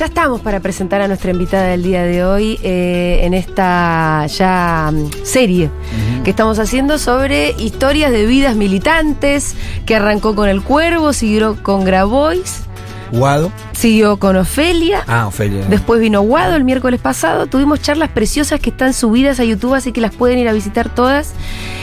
ya estamos para presentar a nuestra invitada del día de hoy en esta ya serie que estamos haciendo sobre historias de vidas militantes, que arrancó con El Cuervo, siguió con Grabois, Guado. siguió con Ofelia. Ofelia. Después vino Guado el miércoles pasado. Tuvimos charlas preciosas que están subidas a YouTube, así que las pueden ir a visitar todas.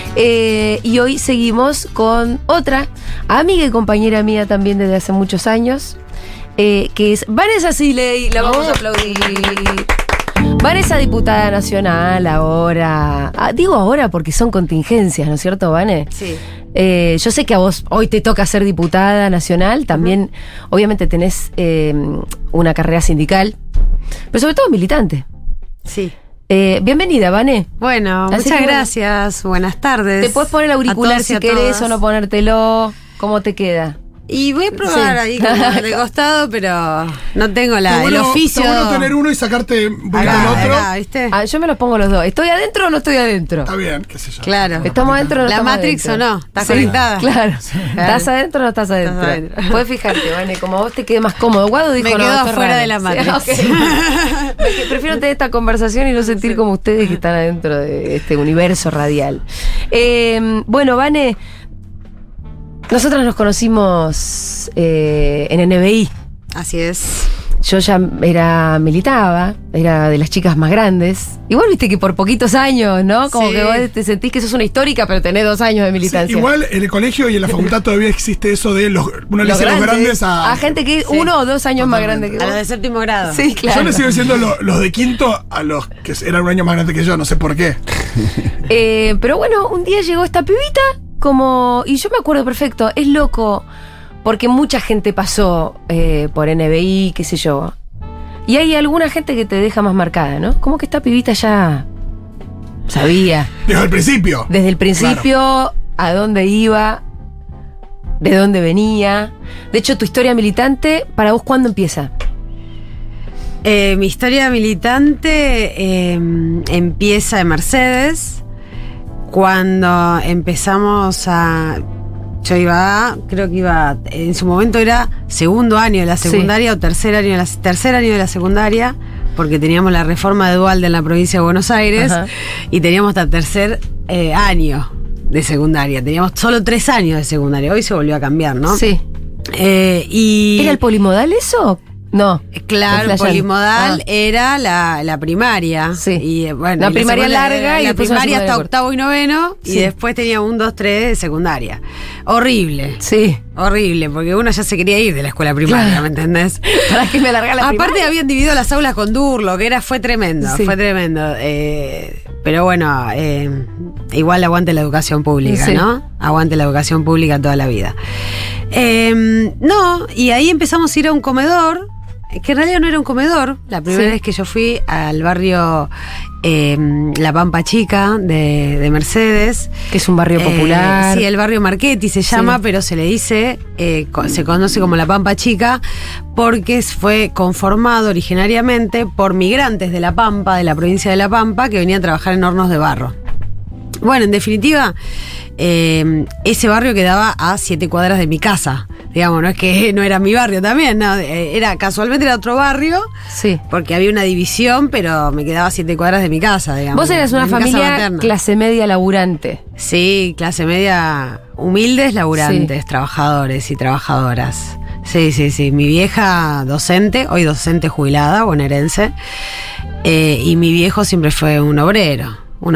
Y hoy seguimos con otra amiga y compañera mía también desde hace muchos años, que es Vanessa Siley. La vamos a aplaudir. Vanessa, diputada nacional ahora. Digo ahora porque son contingencias, ¿no es cierto, Vane? Sí. Yo sé que a vos hoy te toca ser diputada nacional. También, obviamente, tenés una carrera sindical, pero sobre todo militante. Sí. Bienvenida, Vane. Bueno, Así muchas que, gracias. Buenas tardes. Te puedes poner el auricular si querés o no ponértelo. ¿Cómo te queda? Y voy a probar ahí como de costado, pero no tengo el oficio. Está bueno tener uno y sacarte un poquito el otro. Acá, ¿viste? Yo me los pongo los dos. ¿Estoy adentro o no estoy adentro? Está bien, qué sé yo. Claro. ¿Estamos adentro o no ¿La estamos Matrix adentro? o no? ¿Estás Sí, conectada? Claro. ¿Estás adentro o no estás adentro? Estás adentro. Puedes fijarte, Vane, como a vos te quede más cómodo. Guado dijo, Me no, quedo esto es afuera raro. de la Matrix. Sí, ok. Prefiero tener esta conversación y no sentir como ustedes que están adentro de este universo radial. Bueno, Vane, nosotras nos conocimos en NBI. Así es. Yo ya militaba, era de las chicas más grandes. Igual viste que por poquitos años, ¿no? Como Sí. que vos te sentís que sos una histórica, pero tenés 2 años de Sí, militancia. igual en el colegio y en la facultad todavía existe eso de uno le dice los grandes a gente que es 1 o 2 años más grande que A vos. los de séptimo grado. Sí, claro. Yo le sigo diciendo los de quinto a los que eran un año más grandes que yo, no sé por qué. Pero bueno, un día llegó esta pibita, y yo me acuerdo perfecto, es loco, porque mucha gente pasó por NBI, qué sé yo. Y hay alguna gente que te deja más marcada, ¿no? Como que esta pibita ya sabía. Desde el principio. Desde el principio, a dónde iba, de dónde venía. De hecho, tu historia militante, ¿para vos cuándo empieza? Mi historia militante empieza en Mercedes, cuando empezamos yo creo que iba, en su momento era segundo año de la secundaria, o tercer año de la secundaria, porque teníamos la reforma de Dualde en la provincia de Buenos Aires. Ajá. Y teníamos hasta tercer año de secundaria. Teníamos solo 3 años de secundaria. Hoy se volvió a cambiar, ¿no? Sí. Y ¿Era el polimodal eso? No. claro, Flasheando. polimodal era la primaria. Sí. Y bueno, La y primaria segunda- larga y la después una primaria hasta secundaria octavo y noveno. Sí. Y después tenía 1, 2, 3 de secundaria. Horrible. Sí. Horrible, porque uno ya se quería ir de la escuela primaria, Claro. ¿me entendés? ¿Para qué me alarga la Aparte primaria? habían dividido las aulas con Durlo, que fue tremendo, Sí. fue tremendo. Pero bueno, igual aguante la educación pública, Sí. ¿no? Aguante la educación pública toda la vida. No, y ahí empezamos a ir a un comedor, que en realidad no era un comedor. La primera Sí. vez que yo fui al barrio La Pampa Chica de Mercedes. Que es un barrio popular. Sí, el barrio Marchetti se llama, Sí. pero se le dice, se conoce como La Pampa Chica, porque fue conformado originariamente por migrantes de La Pampa, de la provincia de La Pampa, que venían a trabajar en hornos de barro. Bueno, en definitiva, ese barrio quedaba a 7 cuadras de mi casa. Digamos, no es que no era mi barrio también, no, casualmente era otro barrio, Sí. porque había una división, pero me quedaba a 7 cuadras de mi casa, digamos. Vos eras una de mi casa familia materna. clase media laburante. Sí, clase media, humildes, laburantes, trabajadores y trabajadoras. Sí, sí, sí. Mi vieja docente, hoy docente jubilada, bonaerense, y mi viejo siempre fue un obrero,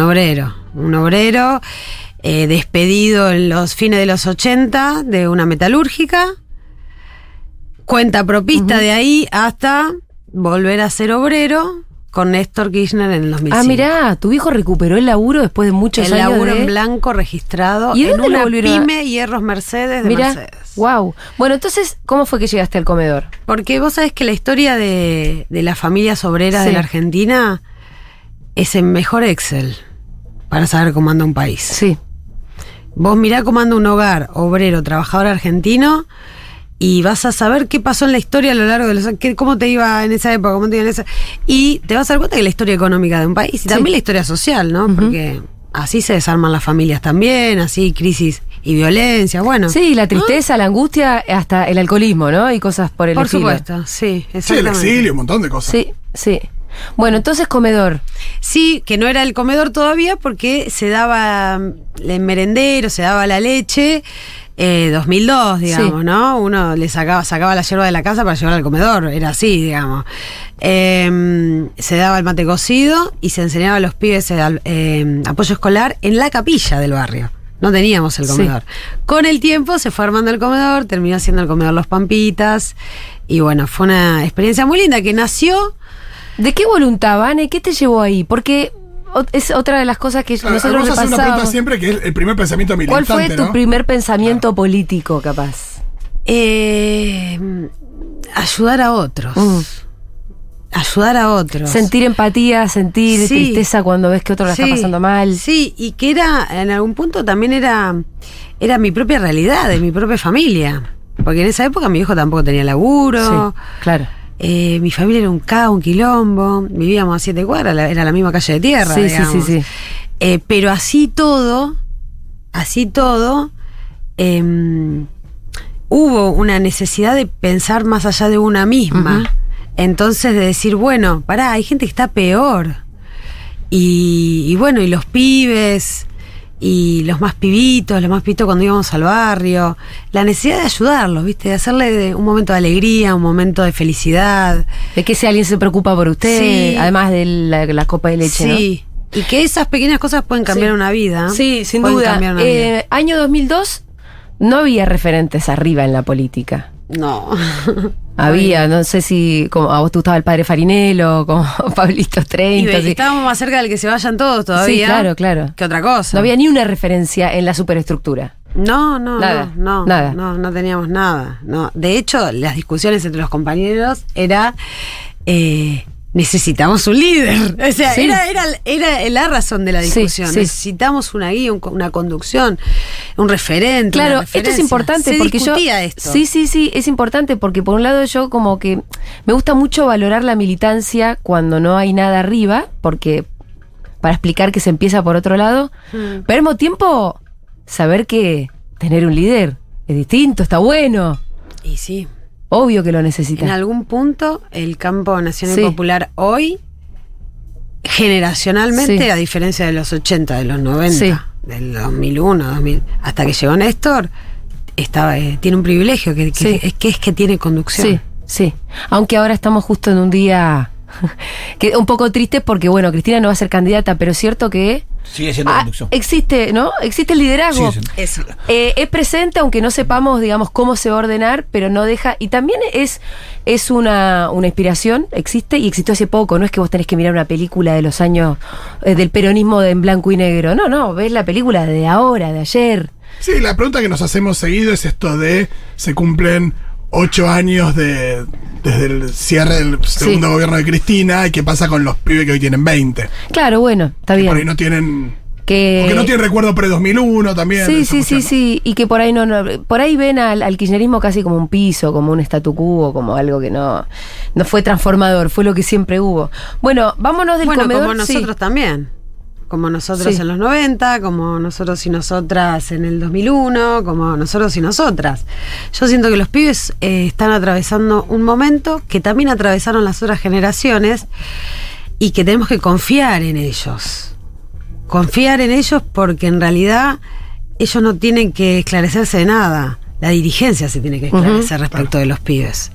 despedido en los fines de los 80 de una metalúrgica, cuenta propista de ahí hasta volver a ser obrero con Néstor Kirchner en el 2005. Ah, mirá, tu hijo recuperó el laburo después de muchos El años laburo de... en blanco registrado ¿Y en dónde lo una volvieron a- pyme Hierros Mercedes de Mirá, Mercedes. wow. Bueno, entonces, ¿cómo fue que llegaste al comedor? Porque vos sabés que la historia de las familias obreras Sí. de la Argentina es el mejor Excel para saber cómo anda un país. Sí. Vos mirá cómo anda un hogar obrero, trabajador argentino, y vas a saber qué pasó en la historia a lo largo de los años, cómo te iba en esa época, cómo te iba en esa... Y te vas a dar cuenta que la historia económica de un país, y también la historia social, ¿no? Porque así se desarman las familias también, así crisis y violencia, bueno. Sí, la tristeza, la angustia, hasta el alcoholismo, ¿no? Y cosas por el estilo. Por supuesto, sí, exactamente. Sí, el exilio, un montón de cosas. Sí, sí. Bueno, entonces comedor. Sí, que no era el comedor todavía porque se daba el merendero, se daba la leche, 2002, digamos, Sí. ¿no? Uno le sacaba la yerba de la casa para llevar al comedor, era así, digamos. Se daba el mate cocido y se enseñaba a los pibes apoyo escolar en la capilla del barrio. No teníamos el comedor. Sí. Con el tiempo se fue armando el comedor, terminó siendo el comedor Los Pampitas. Y bueno, fue una experiencia muy linda que nació. ¿De qué voluntad, Vane? ¿Qué te llevó ahí? Porque es otra de las cosas que nosotros repasábamos. Vamos a hacer una pregunta siempre, que es el primer pensamiento militante. ¿Cuál fue tu primer pensamiento político, capaz? Ayudar a otros. Ayudar a otros. Sentir empatía, sentir tristeza cuando ves que otro la está pasando mal. Sí, y que en algún punto también era mi propia realidad, de mi propia familia. Porque en esa época mi hijo tampoco tenía laburo. Sí, claro. Mi familia era un caos, un quilombo. Vivíamos a 7 cuadras, era la misma calle de tierra, digamos. Sí. Pero así todo, hubo una necesidad de pensar más allá de una misma. Uh-huh. Entonces de decir, bueno, pará, hay gente que está peor. Y bueno, y los pibes, y los más pibitos cuando íbamos al barrio, la necesidad de ayudarlos, ¿viste? De hacerle un momento de alegría, un momento de felicidad. De que si alguien se preocupa por usted, además de la copa de leche, ¿no? Sí, y que esas pequeñas cosas pueden cambiar una vida. Sí, sin duda. Año 2002, no había referentes arriba en la política. No. Había, no sé si como a vos te gustaba el padre Farinello, como Pablitos 30. Y estábamos más cerca del que se vayan todos todavía. Sí, claro. Que otra cosa. No había ni una referencia en la superestructura. No, nada. No teníamos nada. No. De hecho, las discusiones entre los compañeros era necesitamos un líder. O sea, era la razón de la discusión. Sí. Necesitamos una guía, una conducción, un referente. Claro, esto es importante porque esto. Sí, es importante porque por un lado yo como que me gusta mucho valorar la militancia cuando no hay nada arriba, porque para explicar que se empieza por otro lado, pero al mismo tiempo saber que tener un líder es distinto, está bueno. Y sí. Obvio que lo necesita. En algún punto, el campo nacional y popular hoy, generacionalmente, a diferencia de los 80, de los 90, del 2001, 2000, hasta que llegó Néstor, tiene un privilegio, que es que tiene conducción. Sí. Aunque ahora estamos justo en un día que un poco triste porque, bueno, Cristina no va a ser candidata, pero es cierto que sigue siendo conducción. Existe, ¿no? Existe el liderazgo. Sí. Eso. Es presente, aunque no sepamos, digamos, cómo se va a ordenar, pero no deja. Y también es una inspiración, existe y existió hace poco. No es que vos tenés que mirar una película de los años del peronismo en blanco y negro. No, ves la película de ahora, de ayer. Sí, la pregunta que nos hacemos seguido es esto de: se cumplen 8 años desde el cierre del segundo gobierno de Cristina, y qué pasa con los pibes que hoy tienen 20. Claro, bueno, está bien. Por ahí no tienen... Porque no tienen recuerdo pre-2001 también. Sí, y que por ahí por ahí ven al kirchnerismo casi como un piso, como un statu quo, como algo que no fue transformador, fue lo que siempre hubo. Bueno, vámonos del comedor. Como nosotros también. Como nosotros en los 90, como nosotros y nosotras en el 2001, como nosotros y nosotras. Yo siento que los pibes están atravesando un momento que también atravesaron las otras generaciones y que tenemos que confiar en ellos. Confiar en ellos porque en realidad ellos no tienen que esclarecerse de nada. La dirigencia se tiene que esclarecer respecto de los pibes.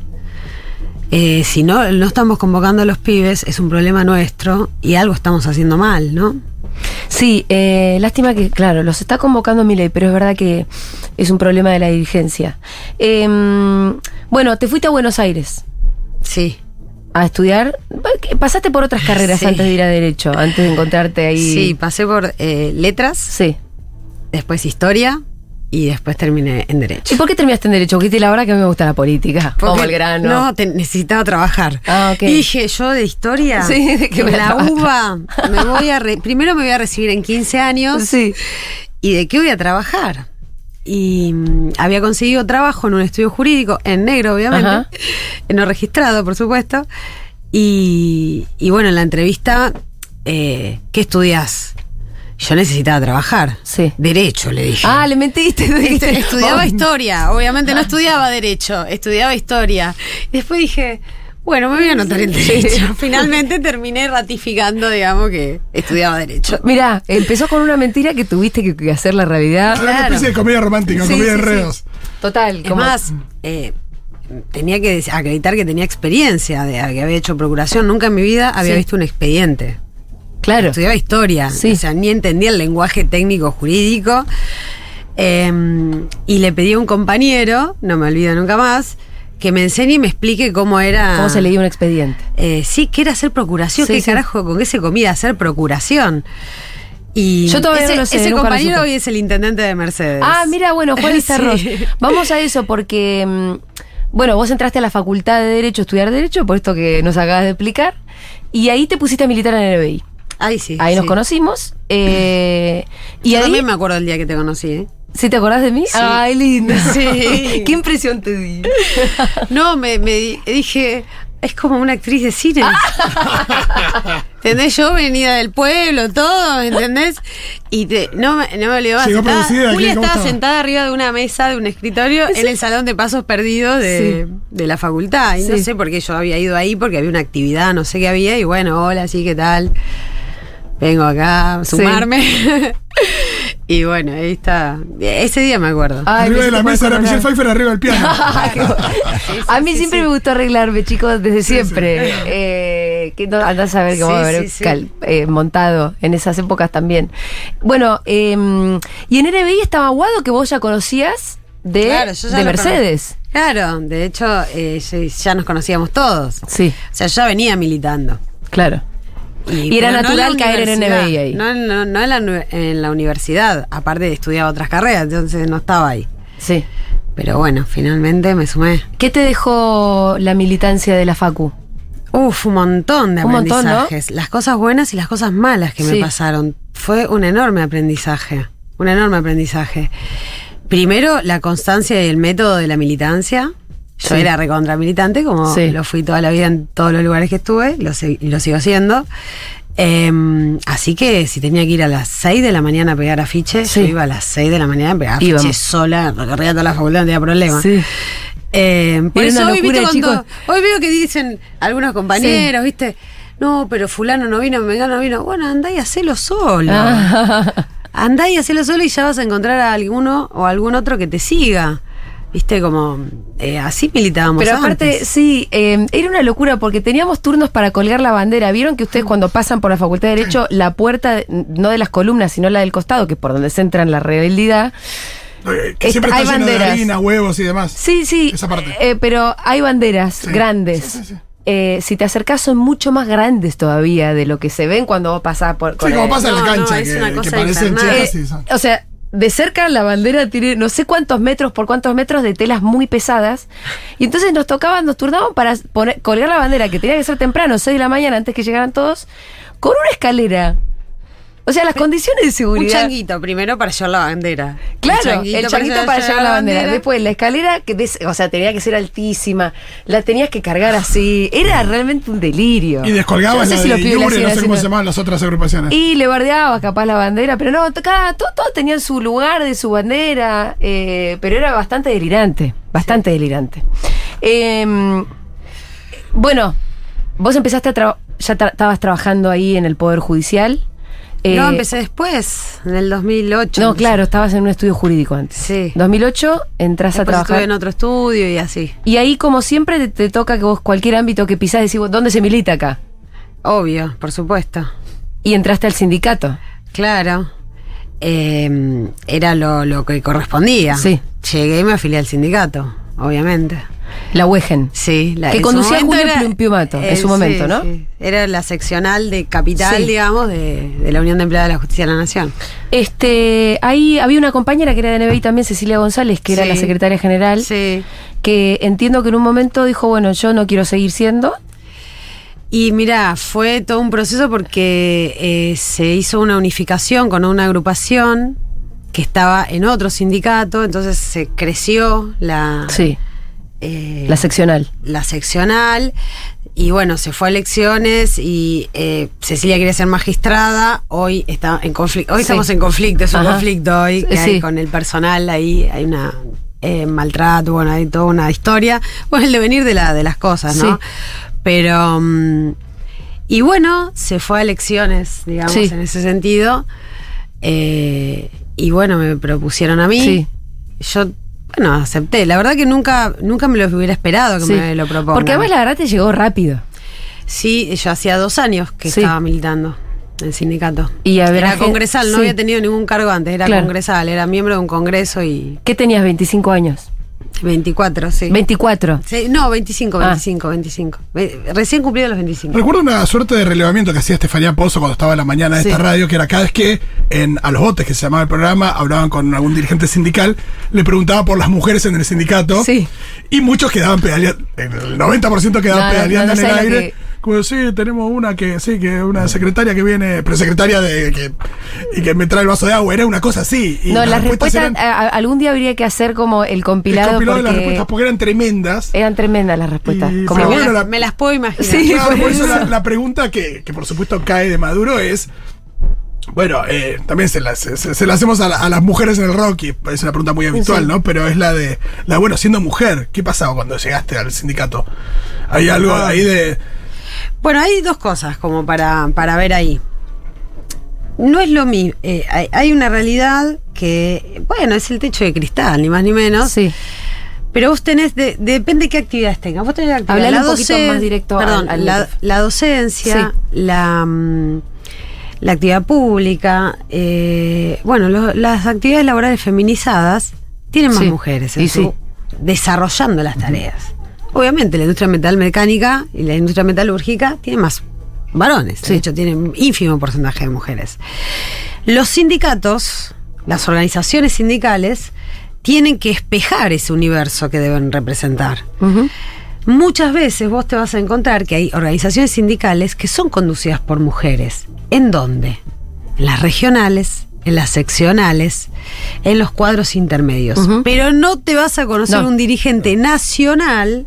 Si no estamos convocando a los pibes, es un problema nuestro y algo estamos haciendo mal, ¿no? Sí, lástima que, claro, los está convocando Milei, pero es verdad que es un problema de la dirigencia. Bueno, te fuiste a Buenos Aires. Sí. A estudiar. Pasaste por otras carreras antes de ir a Derecho, antes de encontrarte ahí. Sí, pasé por Letras. Sí. Después Historia. Y después terminé en Derecho. ¿Y por qué terminaste en Derecho? Porque la verdad que a mí me gusta la política. Vamos al grano. No, necesitaba trabajar. Okay. Y dije, yo de Historia, ¿de qué la UBA, primero me voy a recibir en 15 años. Sí. ¿Y de qué voy a trabajar? Y había conseguido trabajo en un estudio jurídico, en negro obviamente, no registrado por supuesto. Y bueno, en la entrevista, ¿qué estudiás? Yo necesitaba trabajar. Sí. Derecho, le dije. Ah, le mentiste. Estudiaba historia, obviamente no estudiaba derecho, estudiaba historia. Y después dije, bueno, me voy a anotar en derecho. Finalmente terminé ratificando, digamos, que estudiaba derecho. Mirá, empezó con una mentira que tuviste que hacer la realidad. Era una especie de comedia romántica, Sí, comedia de sí, sí. enredos. Total. Es más, tenía que acreditar que tenía experiencia, de que había hecho procuración. Nunca en mi vida había Sí. visto un expediente. Claro. Estudiaba historia, Sí. o sea, ni entendía el lenguaje técnico jurídico. Y le pedí a un compañero, no me olvido nunca más, que me enseñe y me explique cómo era. ¿Cómo se leía un expediente? Sí, que era hacer procuración. Sí, ¿Qué sí. carajo? ¿Con qué se comía hacer procuración? Y Yo todavía no lo sé, ese nunca lo compañero supe. hoy es el intendente de Mercedes. Ah, mira, bueno, Juan Izarros. Sí. Vamos a eso porque, bueno, vos entraste a la Facultad de Derecho a estudiar Derecho, por esto que nos acabas de explicar, y ahí te pusiste a militar en el NBI. Ahí sí. Ahí nos sí. conocimos. Y Yo ahí, también me acuerdo del día que te conocí, ¿eh? ¿sí te acordás de mí? Sí. Ay, linda. Sí. ¿Qué impresión te di? No, dije, es como una actriz de cine. ¿Entendés? Yo venida del pueblo, todo, ¿entendés? Y no me olvidaba. Llegó producida, Julia ¿cómo estaba estaba? sentada arriba de una mesa, de un escritorio, en el salón de pasos perdidos de la facultad. Y no Sí. sé por qué yo había ido ahí, porque había una actividad, no sé qué había. Y bueno, hola, sí, ¿qué tal? Vengo acá a sumarme. Y bueno, ahí está. Ese día me acuerdo. Ay, Arriba me de la hiciste mesa era acordar. Michelle Pfeiffer, arriba del piano. Qué bueno. A mí siempre me gustó arreglarme, chicos, desde siempre. Que no, andás a ver Sí, cómo haber sí, sí. montado en esas épocas también. Bueno, y en NBI estaba Guado, que vos ya conocías Claro, yo ya de lo Mercedes. Claro, de hecho, ya nos conocíamos todos. Sí, O sea, yo ya venía militando. claro. Y era pero no natural la caer en universidad, NBI ahí. No en la universidad. Aparte estudiaba otras carreras, entonces no estaba ahí. Sí. Pero bueno, finalmente me sumé. ¿Qué te dejó la militancia de la Facu? Un montón de Un montón, ¿no? aprendizajes. Las cosas buenas y las cosas malas que Sí. me pasaron. Fue un enorme aprendizaje. Un enorme aprendizaje. Primero, la constancia y el método de la militancia. Yo Sí. era recontra militante, como Sí. lo fui toda la vida en todos los lugares que estuve, y lo sigo siendo. Así que si tenía que ir a las 6 de la mañana a pegar afiches, Sí. yo iba a las 6 de la mañana a pegar afiches Íbamos. sola, recorría toda la facultad, no tenía problema. Sí. Por Era eso una hoy, locura, ¿viste, chicos. hoy veo que dicen algunos compañeros, ¿viste? No, pero fulano no vino, mengano no vino. Bueno, andá y hacelo solo. Andá y hacelo solo y ya vas a encontrar a alguno o algún otro que te siga. ¿Viste? Como así militábamos Pero aparte, antes. sí, era una locura porque teníamos turnos para colgar la bandera. ¿Vieron que ustedes cuando pasan por la Facultad de Derecho, la puerta, no de las columnas, sino la del costado, que es por donde se entra en la rebeldía? Que siempre hay está lleno de banderas. harina, huevos y demás. Sí, sí, Esa parte. pero hay banderas Sí. grandes. Sí, sí, sí. Si te acercás son mucho más grandes todavía de lo que se ven cuando vos pasás por... Sí, como pasa en la No, cancha, no, es una que cosa parecen infernal. chetas y son. O sea, de cerca la bandera tiene no sé cuántos metros por cuántos metros de telas muy pesadas. Y entonces nos turnaban para colgar la bandera, que tenía que ser temprano, 6 de la mañana, antes que llegaran todos, con una escalera. O sea, las condiciones de Un seguridad. changuito primero para llevar la bandera. Claro, el changuito para llevar la bandera. Después la escalera, o sea, tenía que ser altísima. La tenías que cargar así. Era realmente un delirio. Y descolgabas Yo la sé si los de pibes la Yure, no hacían sé así, cómo no. se llamaban las otras agrupaciones. Y le bardeabas capaz la bandera, pero no, todos tenían su lugar de su bandera, pero era bastante delirante, bastante delirante. Bueno, vos empezaste ya estabas trabajando ahí en el Poder Judicial. No, empecé después, en el 2008. No, empecé. claro, estabas en un estudio jurídico antes. Sí. 2008 entras Después a trabajar. estuve en otro estudio y así. Y ahí, como siempre, te toca que vos, cualquier ámbito que pisás, decís, ¿dónde se milita acá? Obvio, por supuesto. Y entraste al sindicato. Claro. Era lo que correspondía. Sí. Llegué y me afilié al sindicato, obviamente. La UEGEN. Sí, Que en conducía su momento Julio Piumato, en su momento, sí, ¿no? sí. Era la seccional de capital, Sí. digamos, de la Unión de Empleados de la Justicia de la Nación. Ahí había una compañera que era de NBI también, Cecilia González, que era Sí. la secretaria general, Sí. que entiendo que en un momento dijo, bueno, yo no quiero seguir siendo. Y mira, fue todo un proceso porque se hizo una unificación con una agrupación que estaba en otro sindicato, entonces se creció Sí, la seccional. la seccional Y bueno, se fue a elecciones y Cecilia quería ser magistrada. Hoy está en conflicto. Hoy estamos en conflicto, es un conflicto hoy que hay con el personal ahí. Hay una maltrato, bueno, hay toda una historia. Bueno, el devenir de las cosas, ¿no? Pero y bueno, se fue a elecciones, digamos, en ese sentido. Y bueno, me propusieron a mí. Sí. Yo, bueno, acepté. La verdad que nunca me lo hubiera esperado que me lo propongan. Porque además la verdad te llegó rápido. Sí, yo hacía 2 años que estaba militando en el sindicato. Y era congresal, no había tenido ningún cargo antes, era congresal, era miembro de un congreso y... ¿Qué tenías, 25 años? 24, sí. 24. Sí, no, 25. Recién cumplido los 25. Recuerdo una suerte de relevamiento que hacía Estefanía Pozo cuando estaba en la mañana de esta radio, que era cada vez que a los botes, que se llamaba el programa, hablaban con algún dirigente sindical, le preguntaba por las mujeres en el sindicato. Sí. Y muchos quedaban pedaleando, el 90% quedaban pedaleando en el aire. Como, sí, tenemos una una secretaria que viene, pero secretaria y que me trae el vaso de agua, era una cosa así. Y las respuestas algún día habría que hacer como el compilado. De las respuestas, porque eran tremendas. Eran tremendas las respuestas. Como me las puedo imaginar. Sí, claro, por eso la pregunta que por supuesto cae de Maduro es... Bueno, también se la hacemos a las mujeres en el rock, y es una pregunta muy habitual, ¿no? Pero es bueno, siendo mujer, ¿qué pasaba cuando llegaste al sindicato? ¿Hay algo ahí de...? Bueno, hay 2 cosas como para ver ahí. No es lo mismo. Hay una realidad que, bueno, es el techo de cristal, ni más ni menos. Sí. Pero vos tenés, depende de qué actividades tengas. Vos tenés actividad. Hablale un poquito más directo. Perdón, la docencia, la actividad pública, las actividades laborales feminizadas tienen más mujeres desarrollando las tareas. Obviamente la industria metalmecánica y la industria metalúrgica tienen más varones, de hecho tienen ínfimo porcentaje de mujeres. Los sindicatos, las organizaciones sindicales, tienen que espejar ese universo que deben representar. Muchas veces vos te vas a encontrar que hay organizaciones sindicales que son conducidas por mujeres. ¿En dónde? En las regionales, en las seccionales, en los cuadros intermedios. Pero no te vas a conocer un dirigente nacional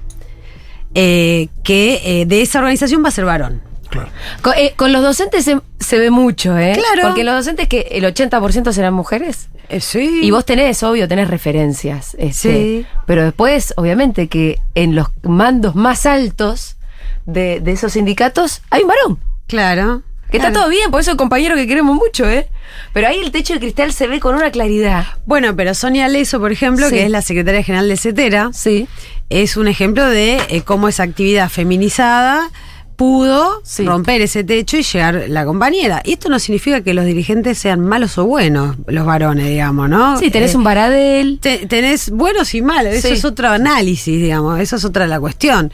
que de esa organización va a ser varón. Claro. Con los docentes se ve mucho, ¿eh? Claro. Porque los docentes, que el 80% serán mujeres. Sí. Y vos tenés referencias. Sí. Pero después, obviamente, que en los mandos más altos de esos sindicatos hay un varón. Claro. Que está todo bien, por eso el compañero que queremos mucho, ¿eh? Pero ahí el techo de cristal se ve con una claridad. Bueno, pero Sonia Leso, por ejemplo, que es la secretaria general de CETERA, es un ejemplo de cómo esa actividad feminizada pudo romper ese techo y llegar la compañera. Y esto no significa que los dirigentes sean malos o buenos, los varones, digamos, ¿no? Sí, tenés un Baradel. Tenés buenos y malos, eso es otro análisis, digamos, eso es otra la cuestión.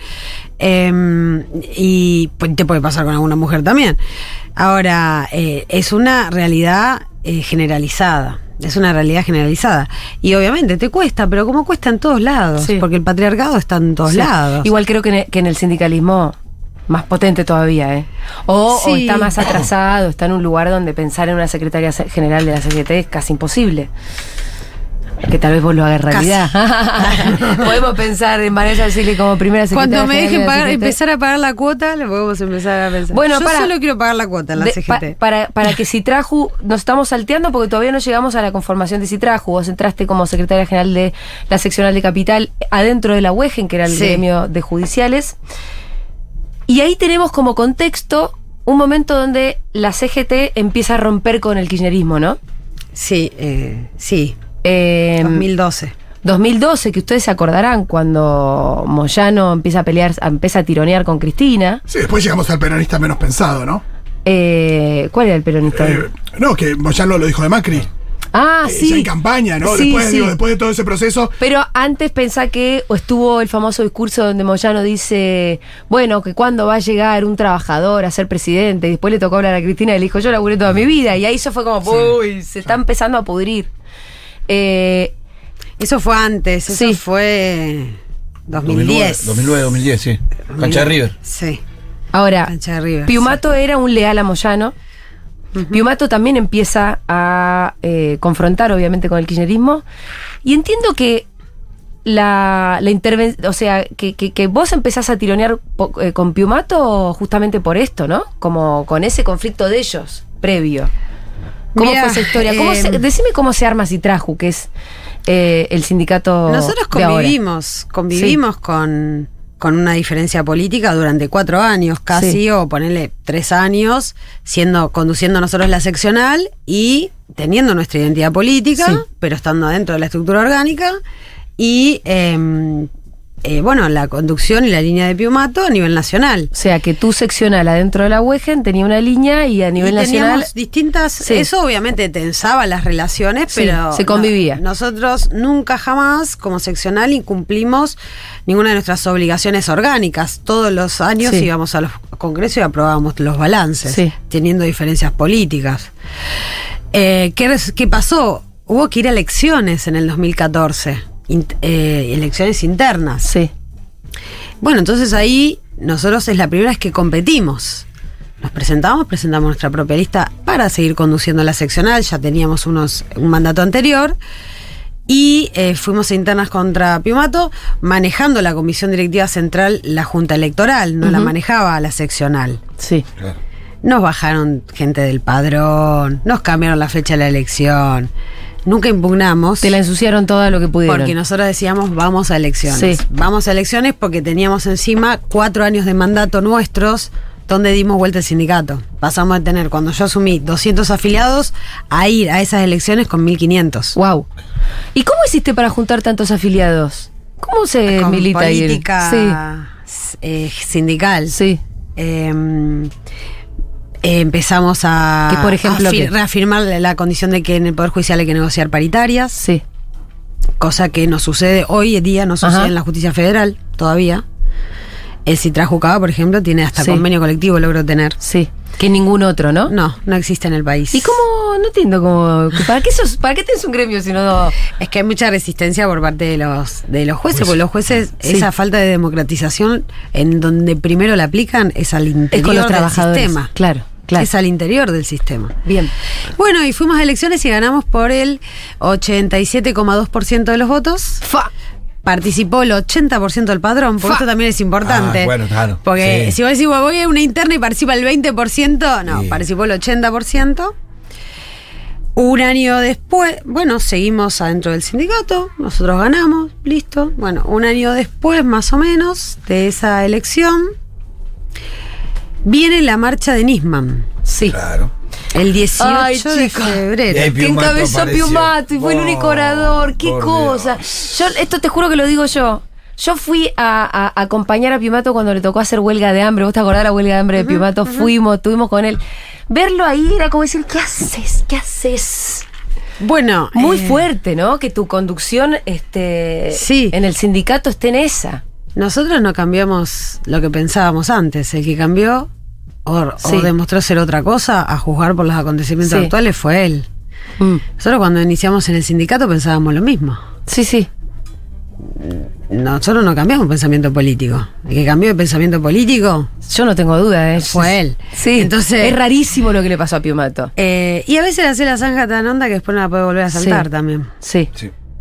Y te puede pasar con alguna mujer también. Ahora, es una realidad generalizada. Es una realidad generalizada. Y obviamente te cuesta, pero como cuesta en todos lados, porque el patriarcado está en todos lados. Igual creo que en el sindicalismo más potente todavía, ¿eh? O está más atrasado, está en un lugar donde pensar en una secretaria general de la CGT es casi imposible. Que tal vez vos lo hagas realidad. Podemos pensar en Vanessa Arcili como primera secretaria. Cuando me dejen empezar a pagar la cuota, lo podemos empezar a pensar. Bueno, yo solo quiero pagar la cuota en la CGT. Para que Citraju, nos estamos salteando porque todavía no llegamos a la conformación de Citraju. Vos entraste como secretaria general de la seccional de Capital adentro de la UEGEN, que era el gremio de judiciales. Y ahí tenemos como contexto un momento donde la CGT empieza a romper con el kirchnerismo, ¿no? Sí, sí. 2012. 2012, que ustedes se acordarán cuando Moyano empieza a tironear con Cristina. Sí, después llegamos al peronista menos pensado, ¿no? ¿Cuál era el peronista? No, que Moyano lo dijo de Macri. Sí. Ya en campaña, ¿no? Sí, después de todo ese proceso. Pero antes pensá que estuvo el famoso discurso donde Moyano dice, bueno, que cuándo va a llegar un trabajador a ser presidente, y después le tocó hablar a Cristina y le dijo, yo laburé toda mi vida, y ahí eso fue como, se está empezando a pudrir. Eso fue antes, eso fue 2010. 2010, sí. Cancha de River. Sí. Ahora, Cancha de River, Piumato era un leal a Moyano. Piumato también empieza a confrontar obviamente con el kirchnerismo, y entiendo que la intervención, o sea, que vos empezás a tironear con Piumato justamente por esto, ¿no? Como con ese conflicto de ellos previo. ¿Cómo fue esa historia? Decime cómo se arma Citraju, que es el sindicato. Nosotros convivimos con una diferencia política durante 4 años casi, o ponerle 3 años, conduciendo nosotros la seccional y teniendo nuestra identidad política, pero estando dentro de la estructura orgánica. Y la conducción y la línea de Piumato a nivel nacional. O sea, que tu seccional adentro de la UEGEN tenía una línea y a nivel nacional... Teníamos distintas... Eso obviamente tensaba las relaciones, pero... se convivía. Nosotros nunca jamás, como seccional, incumplimos ninguna de nuestras obligaciones orgánicas. Todos los años íbamos a los congresos y aprobábamos los balances, teniendo diferencias políticas. ¿Qué pasó? Hubo que ir a elecciones en el 2014. Elecciones internas. Sí. Bueno, entonces ahí nosotros es la primera vez que competimos. Nos presentamos nuestra propia lista para seguir conduciendo la seccional. Ya teníamos un mandato anterior. Y fuimos a internas contra Piumato, manejando la comisión directiva central, la junta electoral, no la manejaba la seccional. Sí. Claro. Nos bajaron gente del padrón, nos cambiaron la fecha de la elección. Nunca impugnamos. Te la ensuciaron toda lo que pudieron. Porque nosotros decíamos, vamos a elecciones. Sí. Vamos a elecciones porque teníamos encima 4 años de mandato nuestros, donde dimos vuelta al sindicato. Pasamos de tener, cuando yo asumí 200 afiliados, a ir a esas elecciones con 1.500. Wow. ¿Y cómo hiciste para juntar tantos afiliados? ¿Cómo se con milita ahí? Política sindical. Sí. Empezamos a, por ejemplo, reafirmar la condición de que en el Poder Judicial hay que negociar paritarias. Sí. Cosa que no sucede hoy en día, no sucede en la Justicia Federal todavía. El Citraju Cava, por ejemplo, tiene hasta convenio colectivo, logró tener. Sí. Que ningún otro, ¿no? No existe en el país. ¿Y cómo? No entiendo cómo. ¿Para qué tenés un gremio si no? Es que hay mucha resistencia por parte de los jueces, porque los jueces, esa falta de democratización, en donde primero la aplican, es al interior del sistema. Claro. Es al interior del sistema. Bien. Bueno, y fuimos a elecciones y ganamos por el 87,2% de los votos. Participó el 80% del padrón, porque esto también es importante. Bueno, claro. Porque si vos decís, voy a una interna y participa el 20%, participó el 80%. Un año después, seguimos adentro del sindicato, nosotros ganamos, listo. Bueno, un año después, más o menos, de esa elección, viene la marcha de Nisman. Sí. Claro. El 18 de febrero. Que encabezó Piumato y fue el único orador. ¡Qué cosa! Esto te juro que lo digo yo. Yo fui a acompañar a Piumato cuando le tocó hacer huelga de hambre. ¿Vos te acordás de la huelga de hambre de Piumato? Estuvimos con él. Verlo ahí era como decir, ¿qué haces? ¿Qué haces? Bueno. Muy fuerte, ¿no? Que tu conducción en el sindicato esté en esa. Nosotros no cambiamos lo que pensábamos antes. El que cambió o demostró ser otra cosa, a juzgar por los acontecimientos actuales, fue él. Nosotros cuando iniciamos en el sindicato pensábamos lo mismo. Sí. Nosotros no cambiamos pensamiento político. El que cambió de pensamiento político, yo no tengo duda, fue él. Sí, entonces es rarísimo lo que le pasó a Piumato. Y a veces hace la zanja tan honda que después no la puede volver a saltar también. Sí.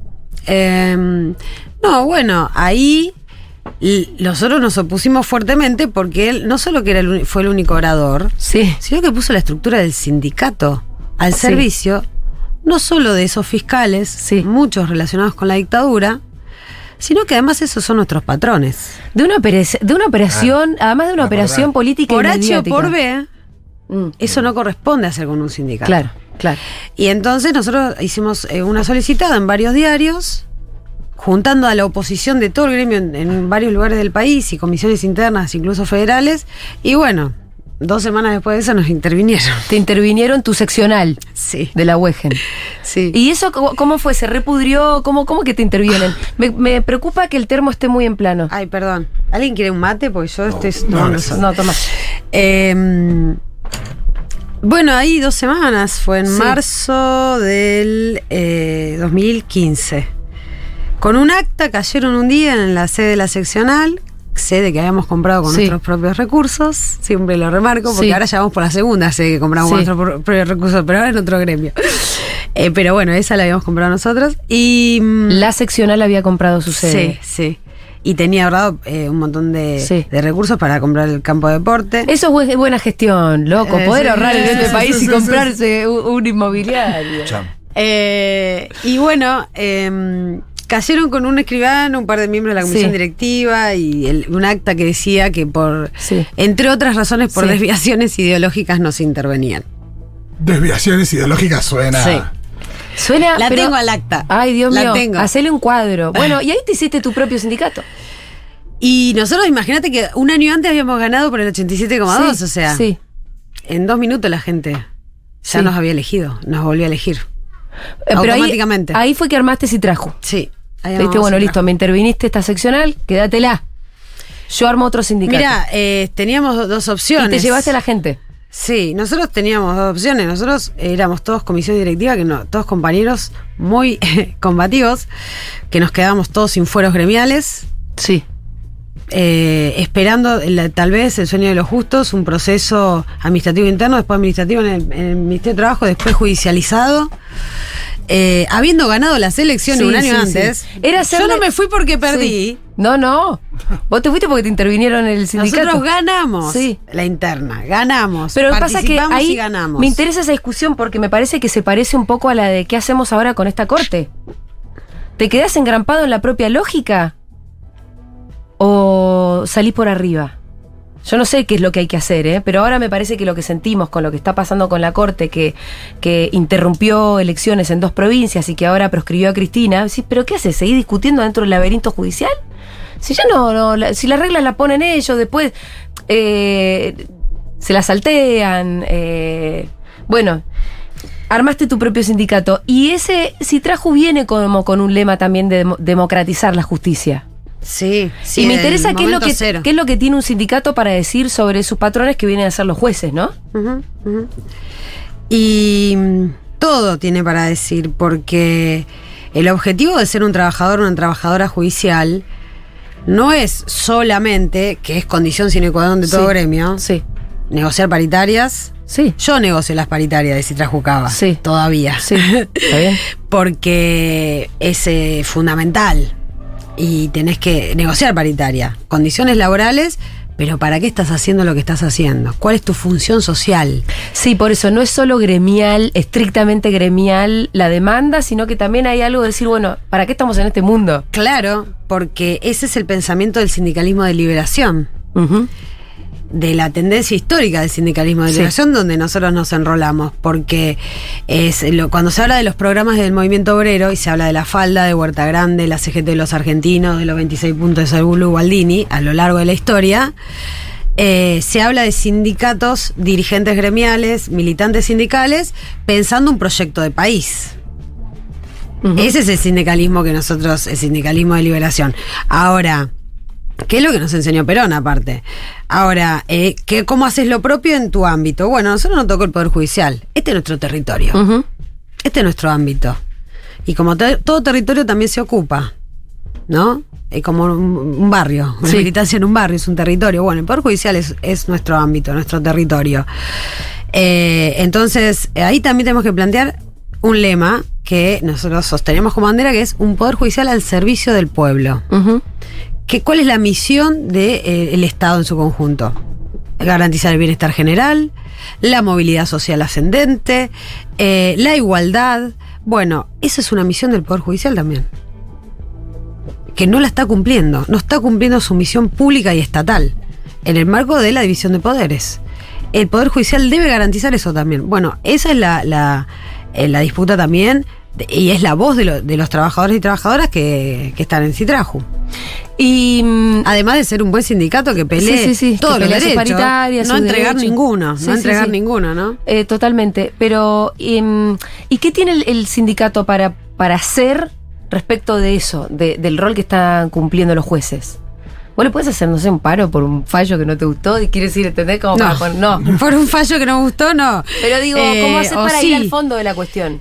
Ahí nosotros nos opusimos fuertemente porque él no solo que fue el único orador, sino que puso la estructura del sindicato al servicio, no solo de esos fiscales, muchos relacionados con la dictadura, sino que además esos son nuestros patrones. De una operación, además de una operación política por y H o por B, eso no corresponde hacer con un sindicato. Claro. Y entonces nosotros hicimos una solicitada en varios diarios, juntando a la oposición de todo el gremio en varios lugares del país y comisiones internas, incluso federales, y 2 semanas después de eso nos intervinieron. Te intervinieron tu seccional de la UEGEN. Sí. ¿Y eso cómo fue? ¿Se repudrió? ¿Cómo que te intervienen? Me preocupa que el termo esté muy en plano. Ay, perdón. ¿Alguien quiere un mate? Porque yo estoy tomando solo. No, toma. Ahí 2 semanas. Fue en marzo del 2015. Con un acta cayeron un día en la sede de la seccional, sede que habíamos comprado con nuestros propios recursos, siempre lo remarco, porque ahora ya vamos por la segunda sede que compramos con nuestros propios recursos, pero ahora en otro gremio. Pero bueno, esa la habíamos comprado nosotros. Y la seccional había comprado su sede. Sí. Y tenía ahorrado un montón de recursos para comprar el campo de deporte. Eso es buena gestión, loco. Poder ahorrar en este país y comprarse un inmobiliario. Y bueno, cayeron con un escribano, un par de miembros de la comisión directiva y un acta que decía que entre otras razones, por desviaciones ideológicas no se intervenían. Desviaciones ideológicas suena... Sí. Suena, tengo al acta. Ay, Dios mío, hacele un cuadro. Bueno, y ahí te hiciste tu propio sindicato. Y nosotros, imagínate que un año antes habíamos ganado por el 87,2, o sea, en 2 minutos la gente ya nos había elegido, nos volvió a elegir. Automáticamente. Ahí fue que armaste Citrajo. Sí. Viste, bueno, listo, me interviniste esta seccional, quédatela. Yo armo otro sindicato. Mira, teníamos 2 opciones. Y te llevaste a la gente. Sí, nosotros teníamos 2 opciones. Nosotros éramos todos comisión directiva, todos compañeros muy combativos, que nos quedábamos todos sin fueros gremiales. Sí. Esperando tal vez el sueño de los justos, un proceso administrativo interno, después administrativo en el Ministerio de Trabajo, después judicializado. Habiendo ganado las elecciones un año antes, yo no me fui porque perdí. No. Vos te fuiste porque te intervinieron en el sindicato. Nosotros ganamos la interna, ganamos. Pero lo que pasa es que ahí ganamos. Me interesa esa discusión porque me parece que se parece un poco a la de qué hacemos ahora con esta corte. ¿Te quedás engrampado en la propia lógica? ¿O salís por arriba? Yo no sé qué es lo que hay que hacer, pero ahora me parece que lo que sentimos con lo que está pasando con la Corte, que interrumpió elecciones en 2 provincias y que ahora proscribió a Cristina, ¿sí? ¿Pero qué haces? ¿Seguir discutiendo dentro del laberinto judicial? Si ya si las reglas las ponen ellos, después se las saltean. Bueno, armaste tu propio sindicato. Y ese Citrajo viene como con un lema también de democratizar la justicia. Sí. Y me interesa qué es lo que tiene un sindicato para decir sobre sus patrones que vienen a ser los jueces, ¿no? Y todo tiene para decir, porque el objetivo de ser un trabajador o una trabajadora judicial no es solamente, que es condición sine qua non de todo gremio, negociar paritarias. Sí. Yo negocio las paritarias de Citrajucaba. Todavía. Sí. Está bien. Porque es fundamental. Y tenés que negociar paritaria. Condiciones laborales, pero ¿para qué estás haciendo lo que estás haciendo? ¿Cuál es tu función social? Sí, por eso no es solo gremial, estrictamente gremial la demanda, sino que también hay algo de decir, bueno, ¿para qué estamos en este mundo? Claro, porque ese es el pensamiento del sindicalismo de liberación. De la tendencia histórica del sindicalismo de liberación, donde nosotros nos enrolamos, porque cuando se habla de los programas del movimiento obrero y se habla de la Falda, de Huerta Grande, la CGT de los argentinos, de los 26 puntos de Salvador Baldini, a lo largo de la historia, se habla de sindicatos, dirigentes gremiales, militantes sindicales, pensando un proyecto de país. Ese es el sindicalismo el sindicalismo de liberación. Ahora, ¿qué es lo que nos enseñó Perón aparte? Ahora, ¿cómo haces lo propio en tu ámbito? Bueno, nosotros nos tocó el Poder Judicial. Este es nuestro territorio. Este es nuestro ámbito. Y como todo territorio también se ocupa, ¿no? Es como un barrio, una militancia en un barrio, es un territorio. Bueno, el Poder Judicial es nuestro ámbito, nuestro territorio. Entonces, ahí también tenemos que plantear un lema que nosotros sostenemos como bandera, que es un Poder Judicial al servicio del pueblo. ¿Cuál es la misión del Estado en su conjunto? Garantizar el bienestar general, la movilidad social ascendente, la igualdad. Bueno, esa es una misión del Poder Judicial también, que no la está cumpliendo. No está cumpliendo su misión pública y estatal en el marco de la división de poderes. El Poder Judicial debe garantizar eso también. Bueno, esa es la disputa también, y es la voz de los trabajadores y trabajadoras que están en Citrajo. Y además de ser un buen sindicato que pelee todos los derechos, paritarias, no entregar ninguno, ninguno, ¿no? Totalmente. Pero ¿y qué tiene el sindicato para hacer respecto de eso, del rol que están cumpliendo los jueces? ¿Vos le puedes hacer, no sé, un paro por un fallo que no te gustó? ¿Y quieres decir, entendés? Como no, por un fallo que no me gustó, no. Pero digo, ¿cómo hacer para ir al fondo de la cuestión?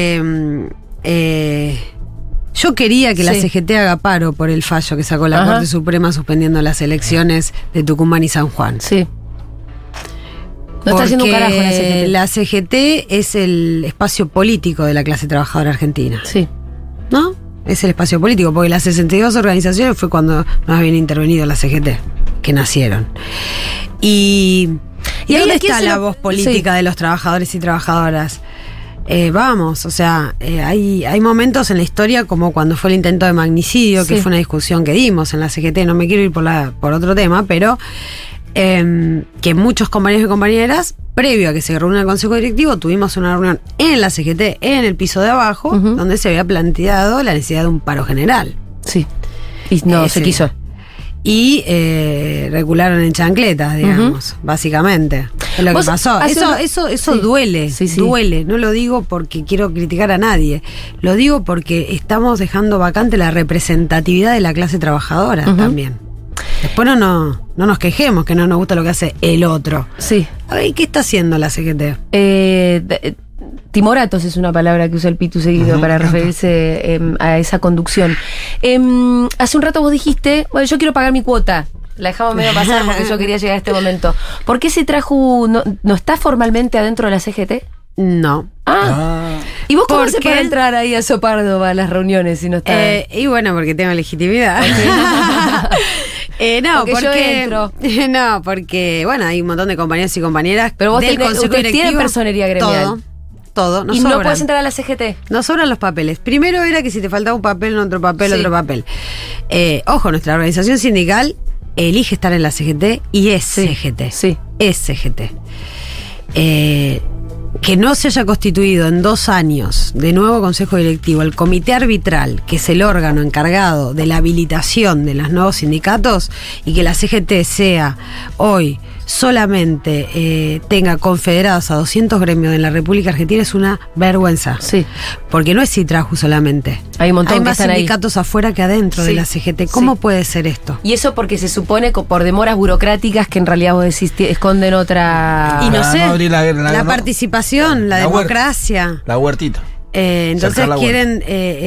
Yo quería que la CGT haga paro por el fallo que sacó la Corte Suprema suspendiendo las elecciones de Tucumán y San Juan. No está haciendo un carajo la CGT. La CGT es el espacio político de la clase trabajadora argentina. Sí. ¿No? Es el espacio político, porque las 62 organizaciones fue cuando no habían intervenido la CGT, que nacieron. ¿Y dónde está la voz política de los trabajadores y trabajadoras? Vamos, o sea, hay momentos en la historia como cuando fue el intento de magnicidio, que fue una discusión que dimos en la CGT, no me quiero ir por otro tema, pero que muchos compañeros y compañeras, previo a que se reúna el Consejo Directivo, tuvimos una reunión en la CGT, en el piso de abajo, donde se había planteado la necesidad de un paro general. Sí. Y no se quiso. Y recularon en chancletas, digamos, básicamente. Es lo que pasó. Eso duele, duele. No lo digo porque quiero criticar a nadie. Lo digo porque estamos dejando vacante la representatividad de la clase trabajadora también. Después no nos quejemos que no nos gusta lo que hace el otro. Sí. A ver, ¿qué está haciendo la CGT? Timoratos es una palabra que usa el Pitu seguido para referirse a esa conducción. Hace un rato vos dijiste, bueno, yo quiero pagar mi cuota. La dejamos medio pasar porque yo quería llegar a este momento. ¿Por qué Citrajú no está formalmente adentro de la CGT? No. ¿Y vos cómo se puede entrar ahí a Sopardo a las reuniones si no está? Y bueno, porque tengo legitimidad. No, porque bueno, hay un montón de compañeros y compañeras. Pero vos tienen personería gremial. Todo. Y no puedes entrar a la CGT. Nos sobran los papeles. Primero era que si te faltaba un papel, otro papel. Ojo, nuestra organización sindical elige estar en la CGT y es CGT. Sí. Es CGT. Que no se haya constituido en 2 años de nuevo Consejo Directivo el Comité Arbitral, que es el órgano encargado de la habilitación de los nuevos sindicatos, y que la CGT sea hoy solamente tenga confederados a 200 gremios en la República Argentina es una vergüenza. Sí. Porque no es Citrajú solamente. Hay un montón más sindicatos afuera que adentro de la CGT. ¿Cómo puede ser esto? Y eso porque se supone que por demoras burocráticas que en realidad vos decís esconden otra... Y no sé, la participación, la democracia. La huertita. Entonces quieren...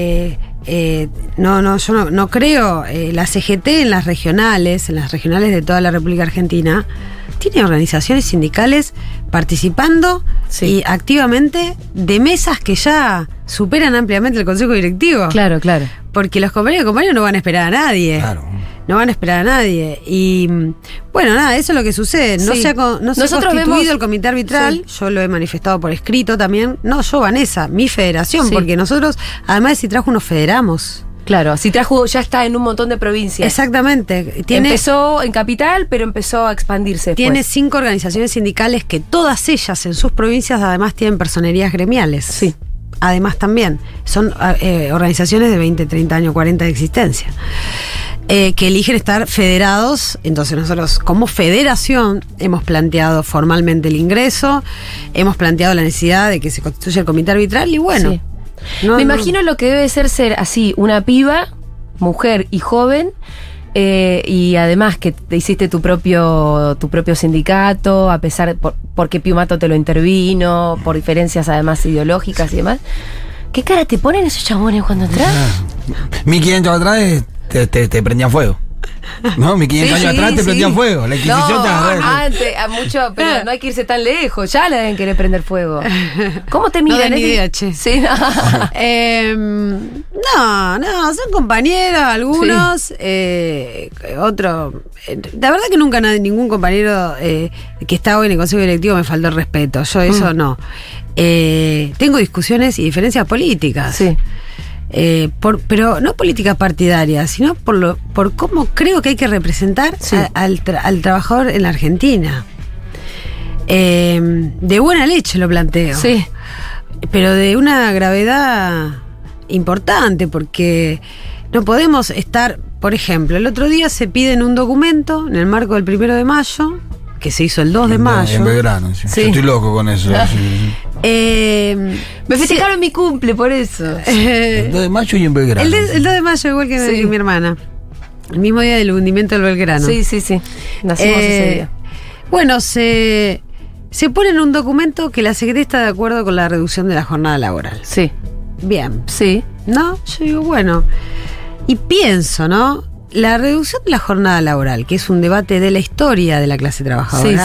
yo no creo. La CGT en las regionales de toda la República Argentina, tiene organizaciones sindicales participando y activamente de mesas que ya superan ampliamente el Consejo Directivo. Claro. Porque los compañeros y compañeros no van a esperar a nadie. Claro. No van a esperar a nadie. Y bueno, nada, eso es lo que sucede. No se ha constituido el comité arbitral. Yo lo he manifestado por escrito también. No, yo, Vanessa, mi federación, porque nosotros, además de Citrajú, nos federamos. Claro, Citrajú ya está en un montón de provincias. Exactamente. Empezó en Capital, pero empezó a expandirse. Tiene 5 organizaciones sindicales que todas ellas en sus provincias además tienen personerías gremiales. Sí. Además también. Son organizaciones de 20, 30 años, 40 de existencia. Que eligen estar federados. Entonces nosotros como federación hemos planteado formalmente el ingreso, hemos planteado la necesidad de que se constituya el comité arbitral y bueno... Sí. Me imagino lo que debe ser así, una piba, mujer y joven, y además que te hiciste tu propio sindicato, a pesar porque Piumato te lo intervino, por diferencias además ideológicas y demás. ¿Qué cara te ponen esos chabones cuando entras? 1500 atrás te prendían fuego. No, 1500 años atrás te prendían fuego. La Inquisición antes, pero no hay que irse tan lejos. Ya le deben querer prender fuego. ¿Cómo te miran? No, idea, che. Sí, no, son compañeros algunos. Otro. La verdad que nunca ningún compañero que está hoy en el Consejo Directivo me faltó el respeto. Yo eso no. Tengo discusiones y diferencias políticas. Sí. Pero no políticas partidarias, sino por cómo creo que hay que representar al trabajador en la Argentina. De buena leche lo planteo. Sí. Pero de una gravedad importante, porque no podemos estar, por ejemplo, el otro día se pide en un documento, en el marco del 1 de mayo, que se hizo el 2 de mayo. En Belgrano, sí. Yo estoy loco con eso. Me festejaron mi cumple por eso. El 2 de mayo y en Belgrano. El 2 de mayo igual que mi hermana. El mismo día del hundimiento del Belgrano. Sí. Nacimos ese día. Bueno, se pone en un documento que la Secretaría está de acuerdo con la reducción de la jornada laboral. Sí. Bien. Sí. ¿No? Yo digo, bueno. Y pienso, ¿no? La reducción de la jornada laboral, que es un debate de la historia de la clase trabajadora,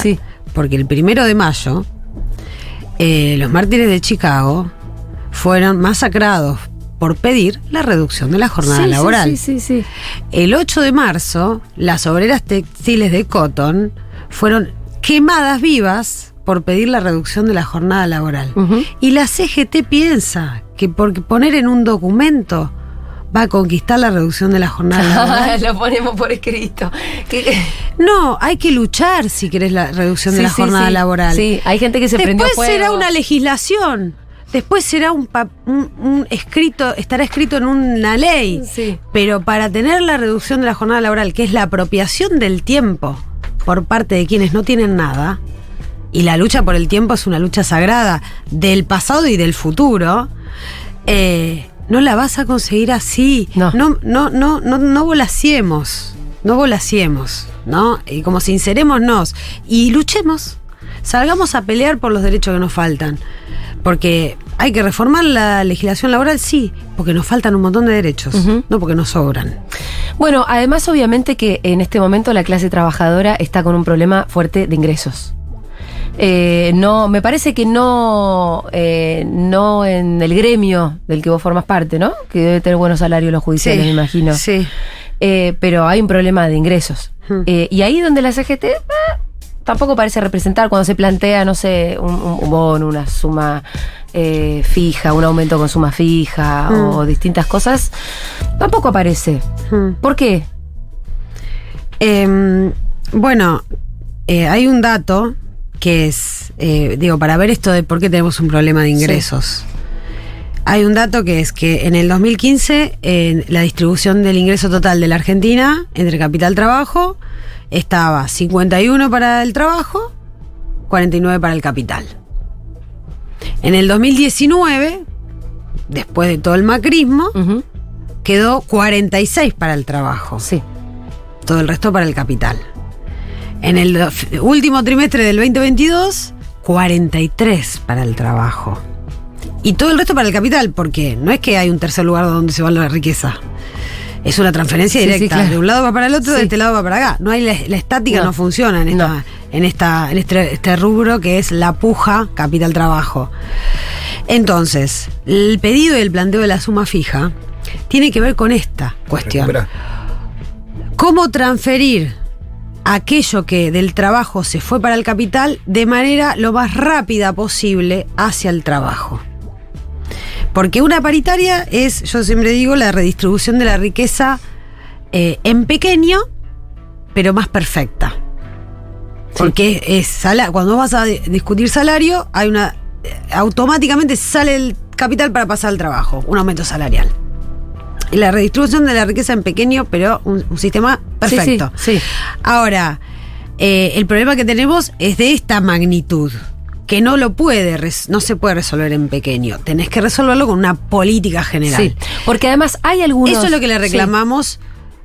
porque el 1 de mayo los mártires de Chicago fueron masacrados por pedir la reducción de la jornada laboral. Sí. El 8 de marzo, las obreras textiles de Cotton fueron quemadas vivas por pedir la reducción de la jornada laboral. Y la CGT piensa que por poner en un documento va a conquistar la reducción de la jornada laboral. Lo ponemos por escrito. No, hay que luchar si querés la reducción de la jornada laboral. Sí, hay gente que se prendió fuego. Después será una legislación. Después será un escrito, estará escrito en una ley. Sí. Pero para tener la reducción de la jornada laboral, que es la apropiación del tiempo por parte de quienes no tienen nada, y la lucha por el tiempo es una lucha sagrada del pasado y del futuro, no la vas a conseguir así. No volaciemos. No volaciemos, ¿no? Y como sincerémonos y luchemos. Salgamos a pelear por los derechos que nos faltan. Porque hay que reformar la legislación laboral, sí, porque nos faltan un montón de derechos, no porque nos sobran. Bueno, además obviamente que en este momento la clase trabajadora está con un problema fuerte de ingresos. No, me parece que no en el gremio del que vos formas parte, ¿no? Que debe tener buenos salarios los judiciales, me imagino. Sí. Pero hay un problema de ingresos. Y ahí donde la CGT tampoco parece representar cuando se plantea, no sé, un bono, una suma fija, un aumento con suma fija o distintas cosas, tampoco aparece. ¿Por qué? Bueno, hay un dato que es, para ver esto de por qué tenemos un problema de ingresos. Sí. Hay un dato que es que en el 2015 la distribución del ingreso total de la Argentina entre capital trabajo estaba 51 para el trabajo, 49 para el capital. En el 2019, después de todo el macrismo, quedó 46 para el trabajo. Sí. Todo el resto para el capital. En el último trimestre del 2022, 43 para el trabajo. Y todo el resto para el capital, porque no es que hay un tercer lugar donde se va la riqueza. Es una transferencia directa. Sí, claro. De un lado va para el otro, de este lado va para acá. No hay la estática, no funciona en este rubro que es la puja capital-trabajo. Entonces, el pedido y el planteo de la suma fija tiene que ver con esta cuestión. ¿Cómo transferir aquello que del trabajo se fue para el capital de manera lo más rápida posible hacia el trabajo? Porque una paritaria es, yo siempre digo, la redistribución de la riqueza en pequeño, pero más perfecta. Porque cuando vas a discutir salario, hay automáticamente sale el capital para pasar al trabajo, un aumento salarial. Y la redistribución de la riqueza en pequeño, pero un sistema perfecto. Sí. Ahora, el problema que tenemos es de esta magnitud, que no se puede resolver en pequeño. Tenés que resolverlo con una política general. Sí, porque además hay algunos... Eso es lo que le reclamamos,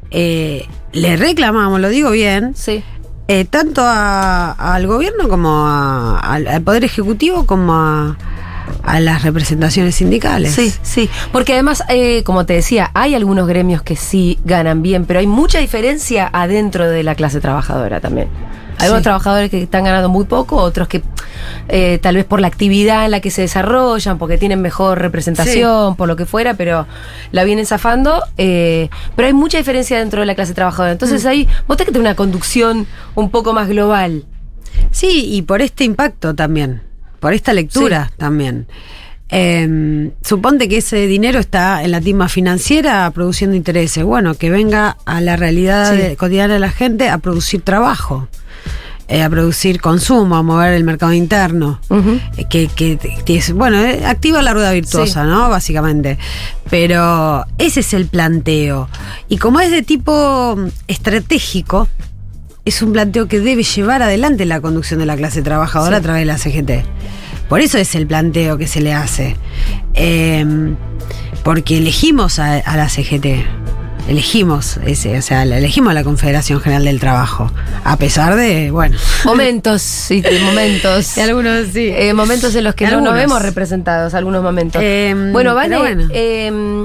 lo digo bien, tanto al gobierno como al Poder Ejecutivo como a las representaciones sindicales. Sí, porque además, como te decía, hay algunos gremios que sí ganan bien, pero hay mucha diferencia adentro de la clase trabajadora también. Hay algunos trabajadores que están ganando muy poco, otros que tal vez por la actividad en la que se desarrollan, porque tienen mejor representación, por lo que fuera, pero la vienen zafando. Pero hay mucha diferencia dentro de la clase trabajadora. Entonces ahí vos tenés que tener una conducción un poco más global. Sí, y por este impacto también, por esta lectura también. Suponte que ese dinero está en la timba financiera produciendo intereses. Bueno, que venga a la realidad cotidiana de la gente a producir trabajo. A producir consumo, a mover el mercado interno, activa la rueda virtuosa, ¿no? Básicamente. Pero ese es el planteo. Y como es de tipo estratégico, es un planteo que debe llevar adelante la conducción de la clase trabajadora a través de la CGT. Por eso es el planteo que se le hace. Porque elegimos a la CGT. Elegimos a la Confederación General del Trabajo, a pesar de, momentos y momentos. Y algunos momentos en los que no nos vemos representados, algunos momentos.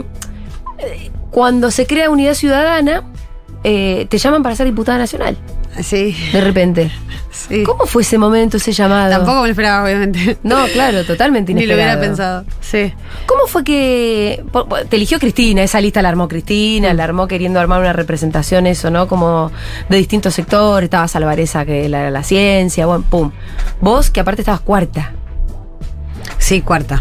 Cuando se crea Unidad Ciudadana, te llaman para ser diputada nacional. Sí. De repente. Sí. ¿Cómo fue ese momento, ese llamado? Tampoco me lo esperaba, obviamente. No, claro, totalmente Ni inesperado. lo hubiera pensado. Sí. ¿Cómo fue que te eligió Cristina? Esa lista la armó Cristina, la armó queriendo armar una representación, eso, ¿no? Como de distintos sectores. Estaba Salvareza, que era la ciencia, bueno, pum. Vos, que aparte estabas cuarta. Sí, cuarta.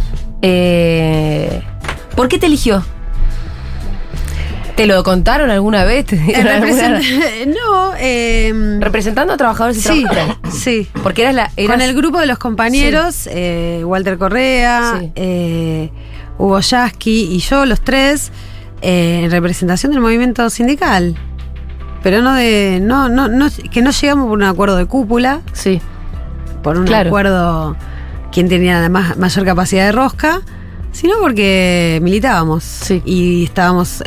¿Por qué te eligió? ¿Te lo contaron alguna vez? ¿Te dieron No, representando a trabajadores y sí, trabajadoras. sí. Porque eras Con el grupo de los compañeros, Walter Correa, Sí. Hugo Yasky y yo, los tres, en representación del movimiento sindical. Pero que no llegamos por un acuerdo de cúpula, Sí. por un Claro. acuerdo quién tenía la mayor capacidad de rosca, sino porque militábamos. Sí. Y estábamos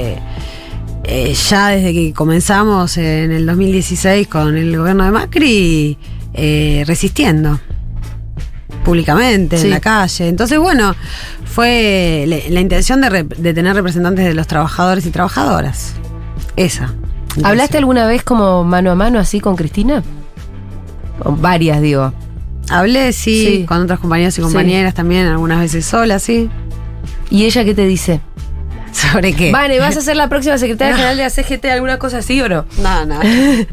ya desde que comenzamos en el 2016 con el gobierno de Macri resistiendo públicamente, Sí. en la calle. Entonces, bueno, fue la intención de tener representantes de los trabajadores y trabajadoras. Esa. ¿Hablaste alguna vez como mano a mano así con Cristina? O varias, digo. Hablé, sí, Sí. con otros compañeros y compañeras también, algunas veces sola, sí. ¿Y ella qué te dice? ¿Sobre qué? Vane, ¿vas a ser la próxima secretaria general de la CGT? ¿Alguna cosa así o no? No, no.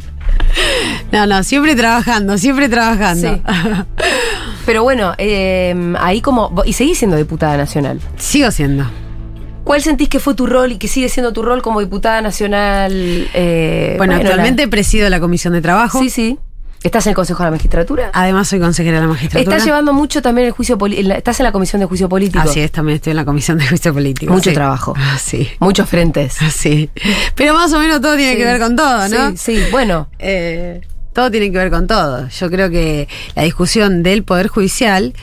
No, siempre trabajando, siempre trabajando. Sí. Pero bueno, ahí como... Y seguís siendo diputada nacional. Sigo siendo. ¿Cuál sentís que fue tu rol y que sigue siendo tu rol como diputada nacional? Bueno, actualmente presido la Comisión de Trabajo. Sí, sí. ¿Estás en el Consejo de la Magistratura? Además soy consejera de la magistratura. Estás llevando mucho también el juicio político. Estás en la Comisión de Juicio Político. Así es, también estoy en la Comisión de Juicio Político. Mucho sí. trabajo. Sí. Muchos frentes. Sí. Pero más o menos todo tiene que ver con todo, ¿no? Sí, sí, bueno. Todo tiene que ver con todo. Yo creo que la discusión del Poder Judicial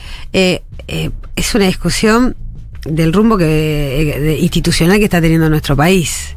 es una discusión del rumbo institucional que está teniendo nuestro país.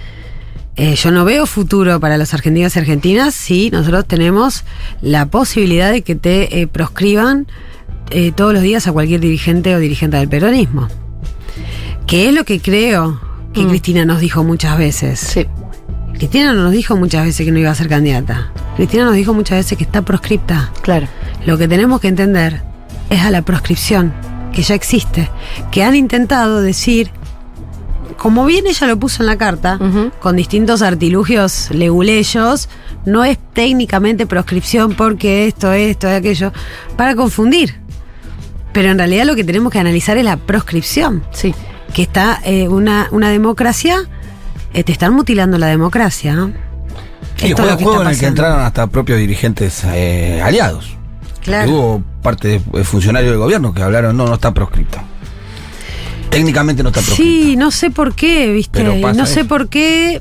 Yo no veo futuro para los argentinos y argentinas si nosotros tenemos la posibilidad de que te proscriban todos los días a cualquier dirigente o dirigente del peronismo. Que es lo que creo que Cristina nos dijo muchas veces. Sí. Cristina no nos dijo muchas veces que no iba a ser candidata. Cristina nos dijo muchas veces que está proscripta. Claro. Lo que tenemos que entender es a la proscripción, que ya existe, que han intentado decir, como bien ella lo puso en la carta, con distintos artilugios leguleyos, no es técnicamente proscripción porque esto, aquello, para confundir. Pero en realidad lo que tenemos que analizar es la proscripción. Sí. Que está una democracia, te están mutilando la democracia, ¿no? Y fue el juego en el que entraron hasta propios dirigentes aliados. Claro. Hubo parte de funcionarios del gobierno que hablaron, no está proscripto. Técnicamente no está proscrito. Sí, no sé por qué, ¿viste? No sé por qué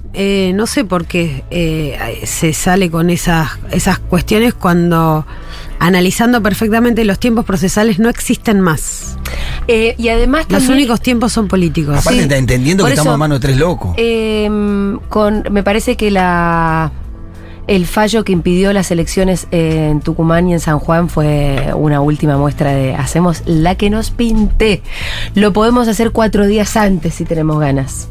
se sale con esas cuestiones cuando, analizando perfectamente, los tiempos procesales no existen más. Y además Los también, únicos tiempos son políticos. Aparte está entendiendo Por que eso, estamos en manos de tres locos. Me parece que el fallo que impidió las elecciones en Tucumán y en San Juan fue una última muestra de hacemos la que nos pinte. Lo podemos hacer 4 días antes si tenemos ganas.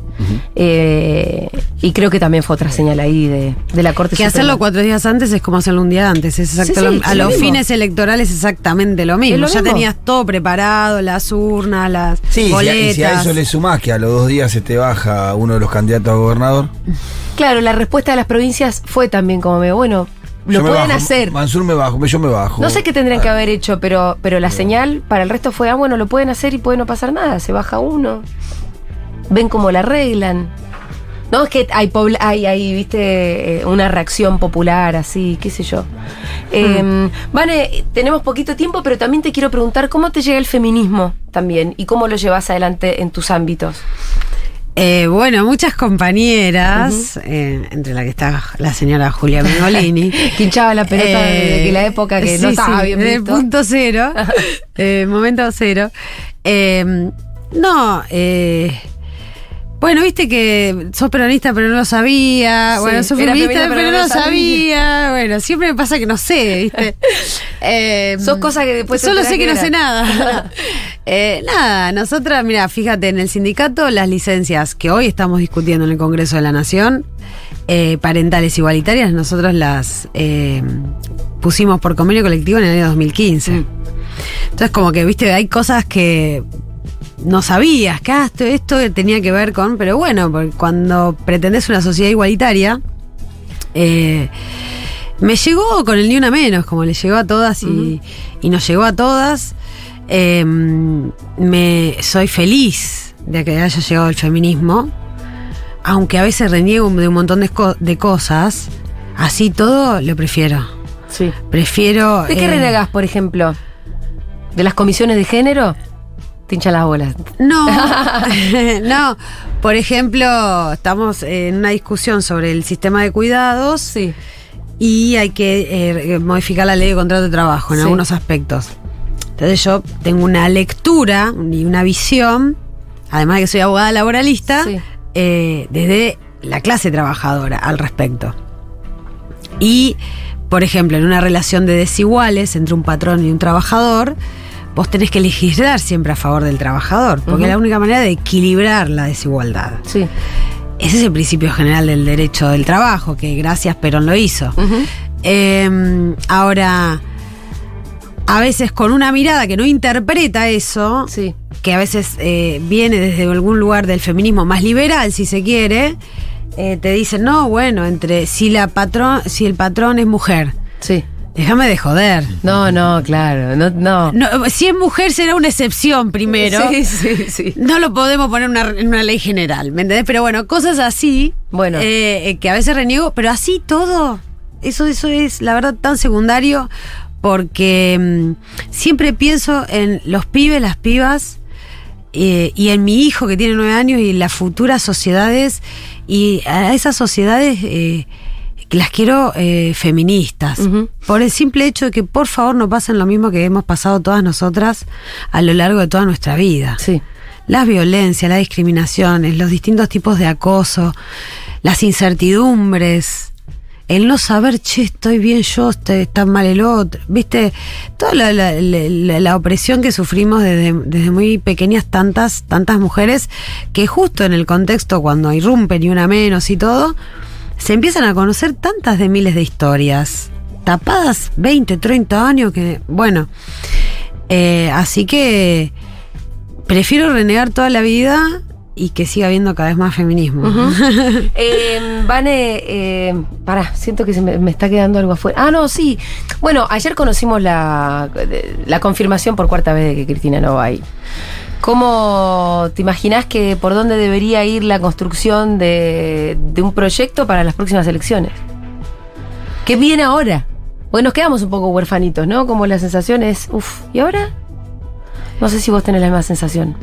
Y creo que también fue otra señal ahí de la Corte Que Suprema. hacerlo 4 días antes es como hacerlo un día antes. Es a los fines electorales exactamente lo mismo. Ya tenías todo preparado, las urnas, las boletas. Y si a eso le sumás que a los 2 días se te baja uno de los candidatos a gobernador. Claro, la respuesta de las provincias fue también como medio, bueno, lo pueden hacer. Mansur yo me bajo. No sé qué tendrían que haber hecho, pero la señal para el resto fue, bueno, lo pueden hacer y puede no pasar nada, se baja uno. Ven cómo la arreglan. No, es que hay viste, una reacción popular así, qué sé yo. Vane, tenemos poquito tiempo, pero también te quiero preguntar cómo te llega el feminismo también y cómo lo llevas adelante en tus ámbitos. Bueno, muchas compañeras, entre la que está la señora Julia Mengolini, que hinchaba la pelota de la época que no estaba bien visto. De punto cero, momento cero. Bueno, viste que sos peronista pero no lo sabía. Sí, bueno, sos feminista pero no lo sabía. Bueno, siempre me pasa que no sé, viste. Sos cosas que después solo sé que no sé nada. Nada, nosotras, mira, fíjate, en el sindicato las licencias que hoy estamos discutiendo en el Congreso de la Nación, parentales igualitarias, nosotros las pusimos por convenio colectivo en el año 2015. Entonces como que, viste, hay cosas que no sabías, que esto tenía que ver con, pero bueno, porque cuando pretendés una sociedad igualitaria, me llegó con el ni una menos, como le llegó a todas y nos llegó a todas. Soy feliz de que haya llegado el feminismo, aunque a veces reniego de un montón de cosas, así todo lo prefiero. Sí. Prefiero... ¿De qué renegás, por ejemplo? ¿De las comisiones de género? Te hincha las bolas. No, no. Por ejemplo, estamos en una discusión sobre el sistema de cuidados. Sí. Y hay que modificar la ley de contrato de trabajo en algunos aspectos. Entonces yo tengo una lectura y una visión, además de que soy abogada laboralista, desde la clase trabajadora al respecto. Y, por ejemplo, en una relación de desiguales entre un patrón y un trabajador, vos tenés que legislar siempre a favor del trabajador, porque es la única manera de equilibrar la desigualdad. Sí. Ese es el principio general del derecho del trabajo, que gracias Perón lo hizo. Ahora, a veces con una mirada que no interpreta eso, que a veces viene desde algún lugar del feminismo más liberal, si se quiere, te dicen, no, bueno, si el patrón es mujer. Sí. Déjame de joder. No, claro. No. Si es mujer será una excepción primero. Sí. No lo podemos poner en una ley general, ¿me entendés? Pero bueno, cosas así, que a veces reniego, pero así todo, eso es la verdad tan secundario, porque siempre pienso en los pibes, las pibas, y en mi hijo que tiene 9 años y las futuras sociedades, y a esas sociedades... que las quiero feministas, por el simple hecho de que por favor no pasen lo mismo que hemos pasado todas nosotras a lo largo de toda nuestra vida. Sí. Las violencias, las discriminaciones, los distintos tipos de acoso, las incertidumbres, el no saber, estoy bien yo, está mal el otro, viste, toda la opresión que sufrimos desde muy pequeñas tantas mujeres, que justo en el contexto cuando irrumpen y una menos y todo, se empiezan a conocer tantas de miles de historias, tapadas 20, 30 años, que bueno, así que prefiero renegar toda la vida y que siga habiendo cada vez más feminismo. Vane, siento que me está quedando algo afuera. No, sí. Bueno, ayer conocimos la confirmación por 4ª vez de que Cristina no va a ir. ¿Cómo te imaginás que por dónde debería ir la construcción de un proyecto para las próximas elecciones? ¿Qué viene ahora? Porque nos quedamos un poco huerfanitos, ¿no? Como la sensación es, ¿y ahora? No sé si vos tenés la misma sensación.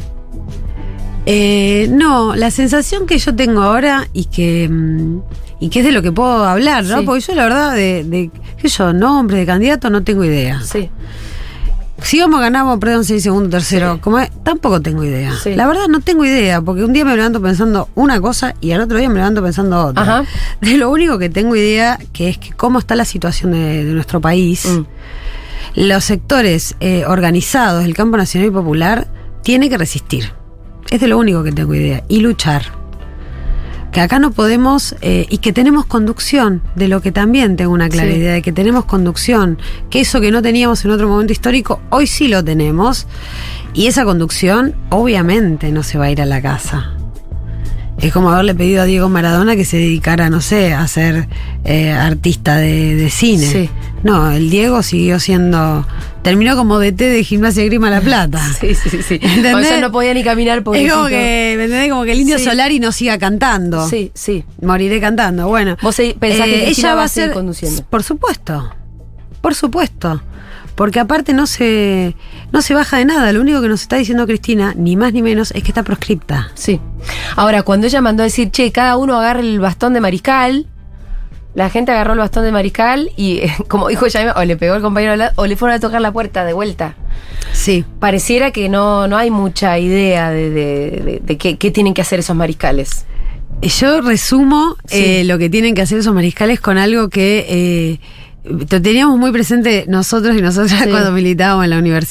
No, la sensación que yo tengo ahora y que es de lo que puedo hablar, ¿no? Porque yo la verdad nombre de candidato no tengo idea. Sí. Si vamos, ganamos, perdón, 6 segundos, tercero, tampoco tengo idea. Sí. La verdad no tengo idea, porque un día me levanto pensando una cosa y al otro día me levanto pensando otra. Ajá. De lo único que tengo idea que es que cómo está la situación de nuestro país. Los sectores organizados del campo nacional y popular tienen que resistir. Es de lo único que tengo idea. Y luchar. Que acá no podemos, y que tenemos conducción, de lo que también tengo una clara idea, de que tenemos conducción, que eso que no teníamos en otro momento histórico, hoy sí lo tenemos, y esa conducción obviamente no se va a ir a la casa. Es como haberle pedido a Diego Maradona que se dedicara, no sé, a ser artista de cine. Sí. No, el Diego terminó como DT de Gimnasia Grima La Plata. Sí. ¿Entendés? Ya no podía ni caminar porque. Es como que, ¿entendés? Como que el Indio Solari no siga cantando. Sí. Moriré cantando. Bueno. ¿Vos pensás que ella va a seguir conduciendo? Por supuesto. Porque aparte no se baja de nada. Lo único que nos está diciendo Cristina, ni más ni menos, es que está proscripta. Sí. Ahora, cuando ella mandó a decir, cada uno agarre el bastón de mariscal, la gente agarró el bastón de mariscal y, como dijo ella, o le pegó el compañero al lado, o le fueron a tocar la puerta de vuelta. Sí. Pareciera que no hay mucha idea de qué tienen que hacer esos mariscales. Yo resumo lo que tienen que hacer esos mariscales con algo que... teníamos muy presente nosotros y nosotras cuando militábamos en la universidad.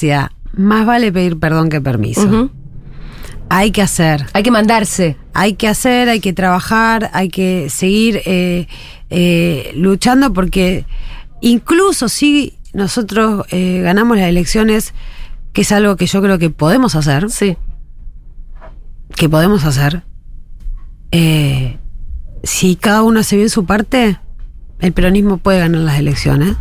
más vale pedir perdón que permiso. Hay que hacer. Hay que mandarse. Hay que hacer, hay que trabajar, hay que seguir luchando, porque incluso si nosotros ganamos las elecciones, que es algo que yo creo que podemos hacer. Sí. Que podemos hacer. Si cada uno hace bien su parte, el peronismo puede ganar las elecciones.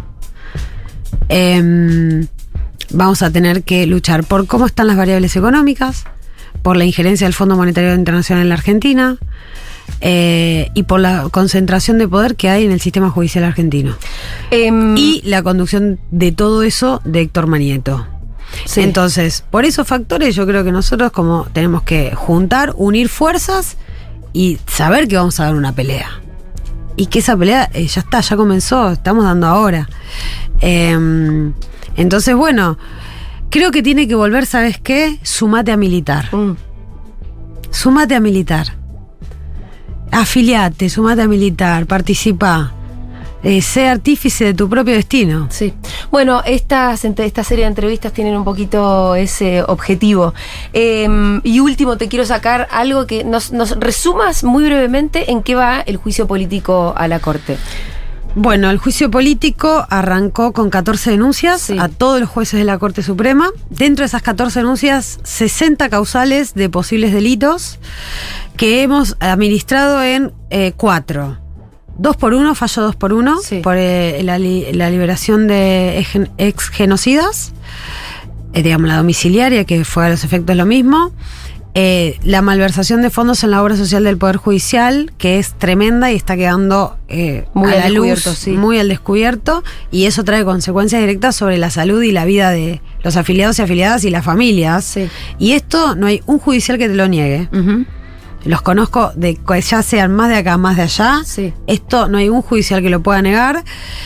Vamos a tener que luchar por cómo están las variables económicas, por la injerencia del Fondo Monetario Internacional en la Argentina, y por la concentración de poder que hay en el sistema judicial argentino. Y la conducción de todo eso de Héctor Manieto. Sí. Entonces, por esos factores yo creo que nosotros como tenemos que juntar, unir fuerzas y saber que vamos a dar una pelea. Y que esa pelea ya está, ya comenzó, estamos dando ahora. Entonces, bueno, creo que tiene que volver, ¿sabes qué? Sumate a militar. Sumate a militar. Afiliate, sumate a militar, participa. Sé artífice de tu propio destino. Sí. Bueno, esta serie de entrevistas tienen un poquito ese objetivo. Y último, te quiero sacar algo que nos resumas muy brevemente en qué va el juicio político a la Corte. Bueno, el juicio político arrancó con 14 denuncias a todos los jueces de la Corte Suprema. Dentro de esas 14 denuncias, 60 causales de posibles delitos que hemos administrado en 4. 2x1, fallo 2x1, por la liberación de ex genocidas, digamos la domiciliaria, que fue a los efectos lo mismo. La malversación de fondos en la obra social del Poder Judicial, que es tremenda y está quedando muy a la luz, muy al descubierto, y eso trae consecuencias directas sobre la salud y la vida de los afiliados y afiliadas y las familias. Y esto no hay un judicial que te lo niegue. Los conozco de que ya sean más de acá, más de allá. Esto no hay un judicial que lo pueda negar.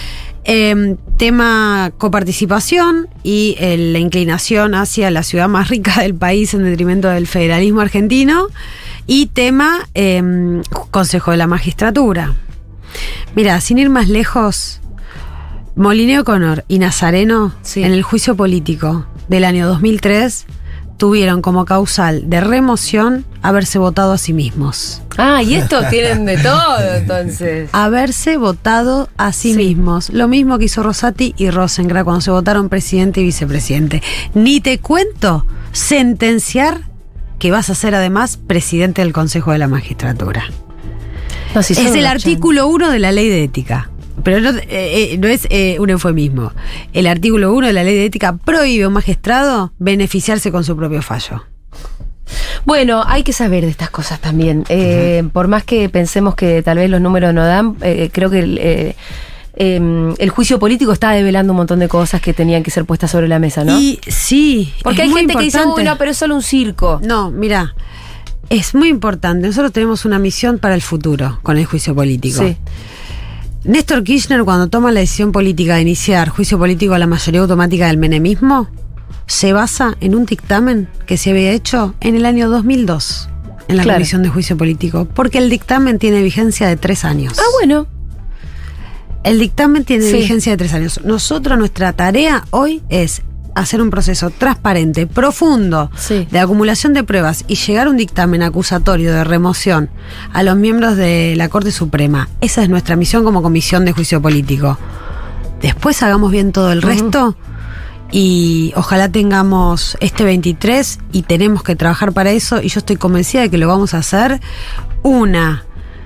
Tema coparticipación y la inclinación hacia la ciudad más rica del país en detrimento del federalismo argentino. Y tema Consejo de la Magistratura. Mira, sin ir más lejos, Molineux O'Connor y Nazareno en el juicio político del año 2003 tuvieron como causal de remoción haberse votado a sí mismos. Ah, y estos tienen de todo, entonces. Haberse votado a sí mismos. Lo mismo que hizo Rosati y Rosengren cuando se votaron presidente y vicepresidente. Ni te cuento sentenciar que vas a ser además presidente del Consejo de la Magistratura. No, si es el artículo 1 de la Ley de Ética. Pero no es un eufemismo. El artículo 1 de la Ley de Ética prohíbe a un magistrado beneficiarse con su propio fallo. Bueno, hay que saber de estas cosas también. Por más que pensemos que tal vez los números no dan, creo que el juicio político está develando un montón de cosas que tenían que ser puestas sobre la mesa, ¿no? Y sí. Porque hay gente que dice, uy, no, pero es solo un circo. No, mira, es muy importante. Nosotros tenemos una misión para el futuro con el juicio político. Sí. Néstor Kirchner, cuando toma la decisión política de iniciar juicio político a la mayoría automática del menemismo, se basa en un dictamen que se había hecho en el año 2002 en la Comisión de Juicio Político, porque el dictamen tiene vigencia de 3 años. Ah, bueno. El dictamen tiene vigencia de 3 años. Nosotros, nuestra tarea hoy es hacer un proceso transparente, profundo, de acumulación de pruebas y llegar a un dictamen acusatorio de remoción a los miembros de la Corte Suprema. Esa es nuestra misión como Comisión de Juicio Político. Después hagamos bien todo el resto y ojalá tengamos este 23 y tenemos que trabajar para eso, y yo estoy convencida de que lo vamos a hacer, una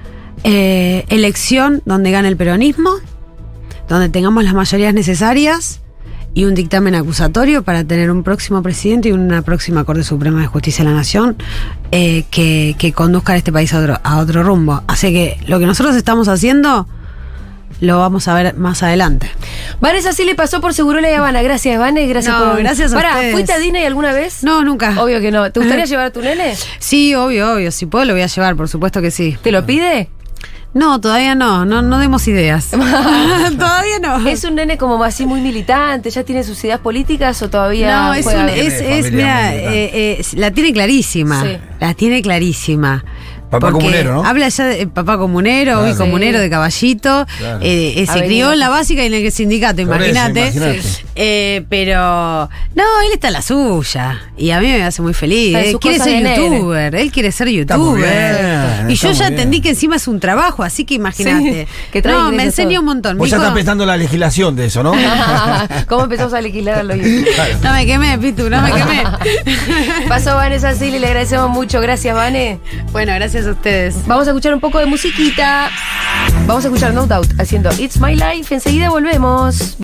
elección donde gane el peronismo, donde tengamos las mayorías necesarias y un dictamen acusatorio para tener un próximo presidente y una próxima Corte Suprema de Justicia de la Nación que conduzca a este país a otro rumbo. Así que lo que nosotros estamos haciendo lo vamos a ver más adelante. Vanessa sí le pasó por Segurola y Habana. Gracias, Vane, gracias gracias a ustedes. ¿Fuiste a Disney alguna vez? No, nunca. Obvio que no. ¿Te gustaría llevar a tu nene? Sí, obvio. Si puedo lo voy a llevar, por supuesto que sí. ¿Te lo pide? No, todavía no demos ideas. Todavía no. ¿Es un nene como así muy militante? ¿Ya tiene sus ideas políticas o todavía? No, mira, la tiene clarísima. Sí. La tiene clarísima. Papá Porque comunero, ¿no? Habla ya de papá comunero, Claro. hoy comunero Sí. de Caballito. Claro. Se crió en la básica y en el sindicato, Por eso, imagínate. imagínate. Pero no, él está en la suya. Y a mí me hace muy feliz. Está en Él su quiere cosa ser de nene. youtuber. Él quiere ser muy youtuber. bien, Y está yo ya muy entendí bien. que encima es un trabajo, así que imagínate. Sí, que trae no, me ingresos enseña todo. un montón. Vos ya Mico, estás pensando en la legislación de eso, ¿no? ¿Cómo empezamos a legislar a los youtubers? no me quemé, Pitu, no me quemé. Pasó Vanessa Silly, le agradecemos mucho. Gracias, Vane. Bueno, gracias a ustedes. Vamos a escuchar un poco de musiquita. Vamos a escuchar No Doubt haciendo It's My Life. Enseguida volvemos.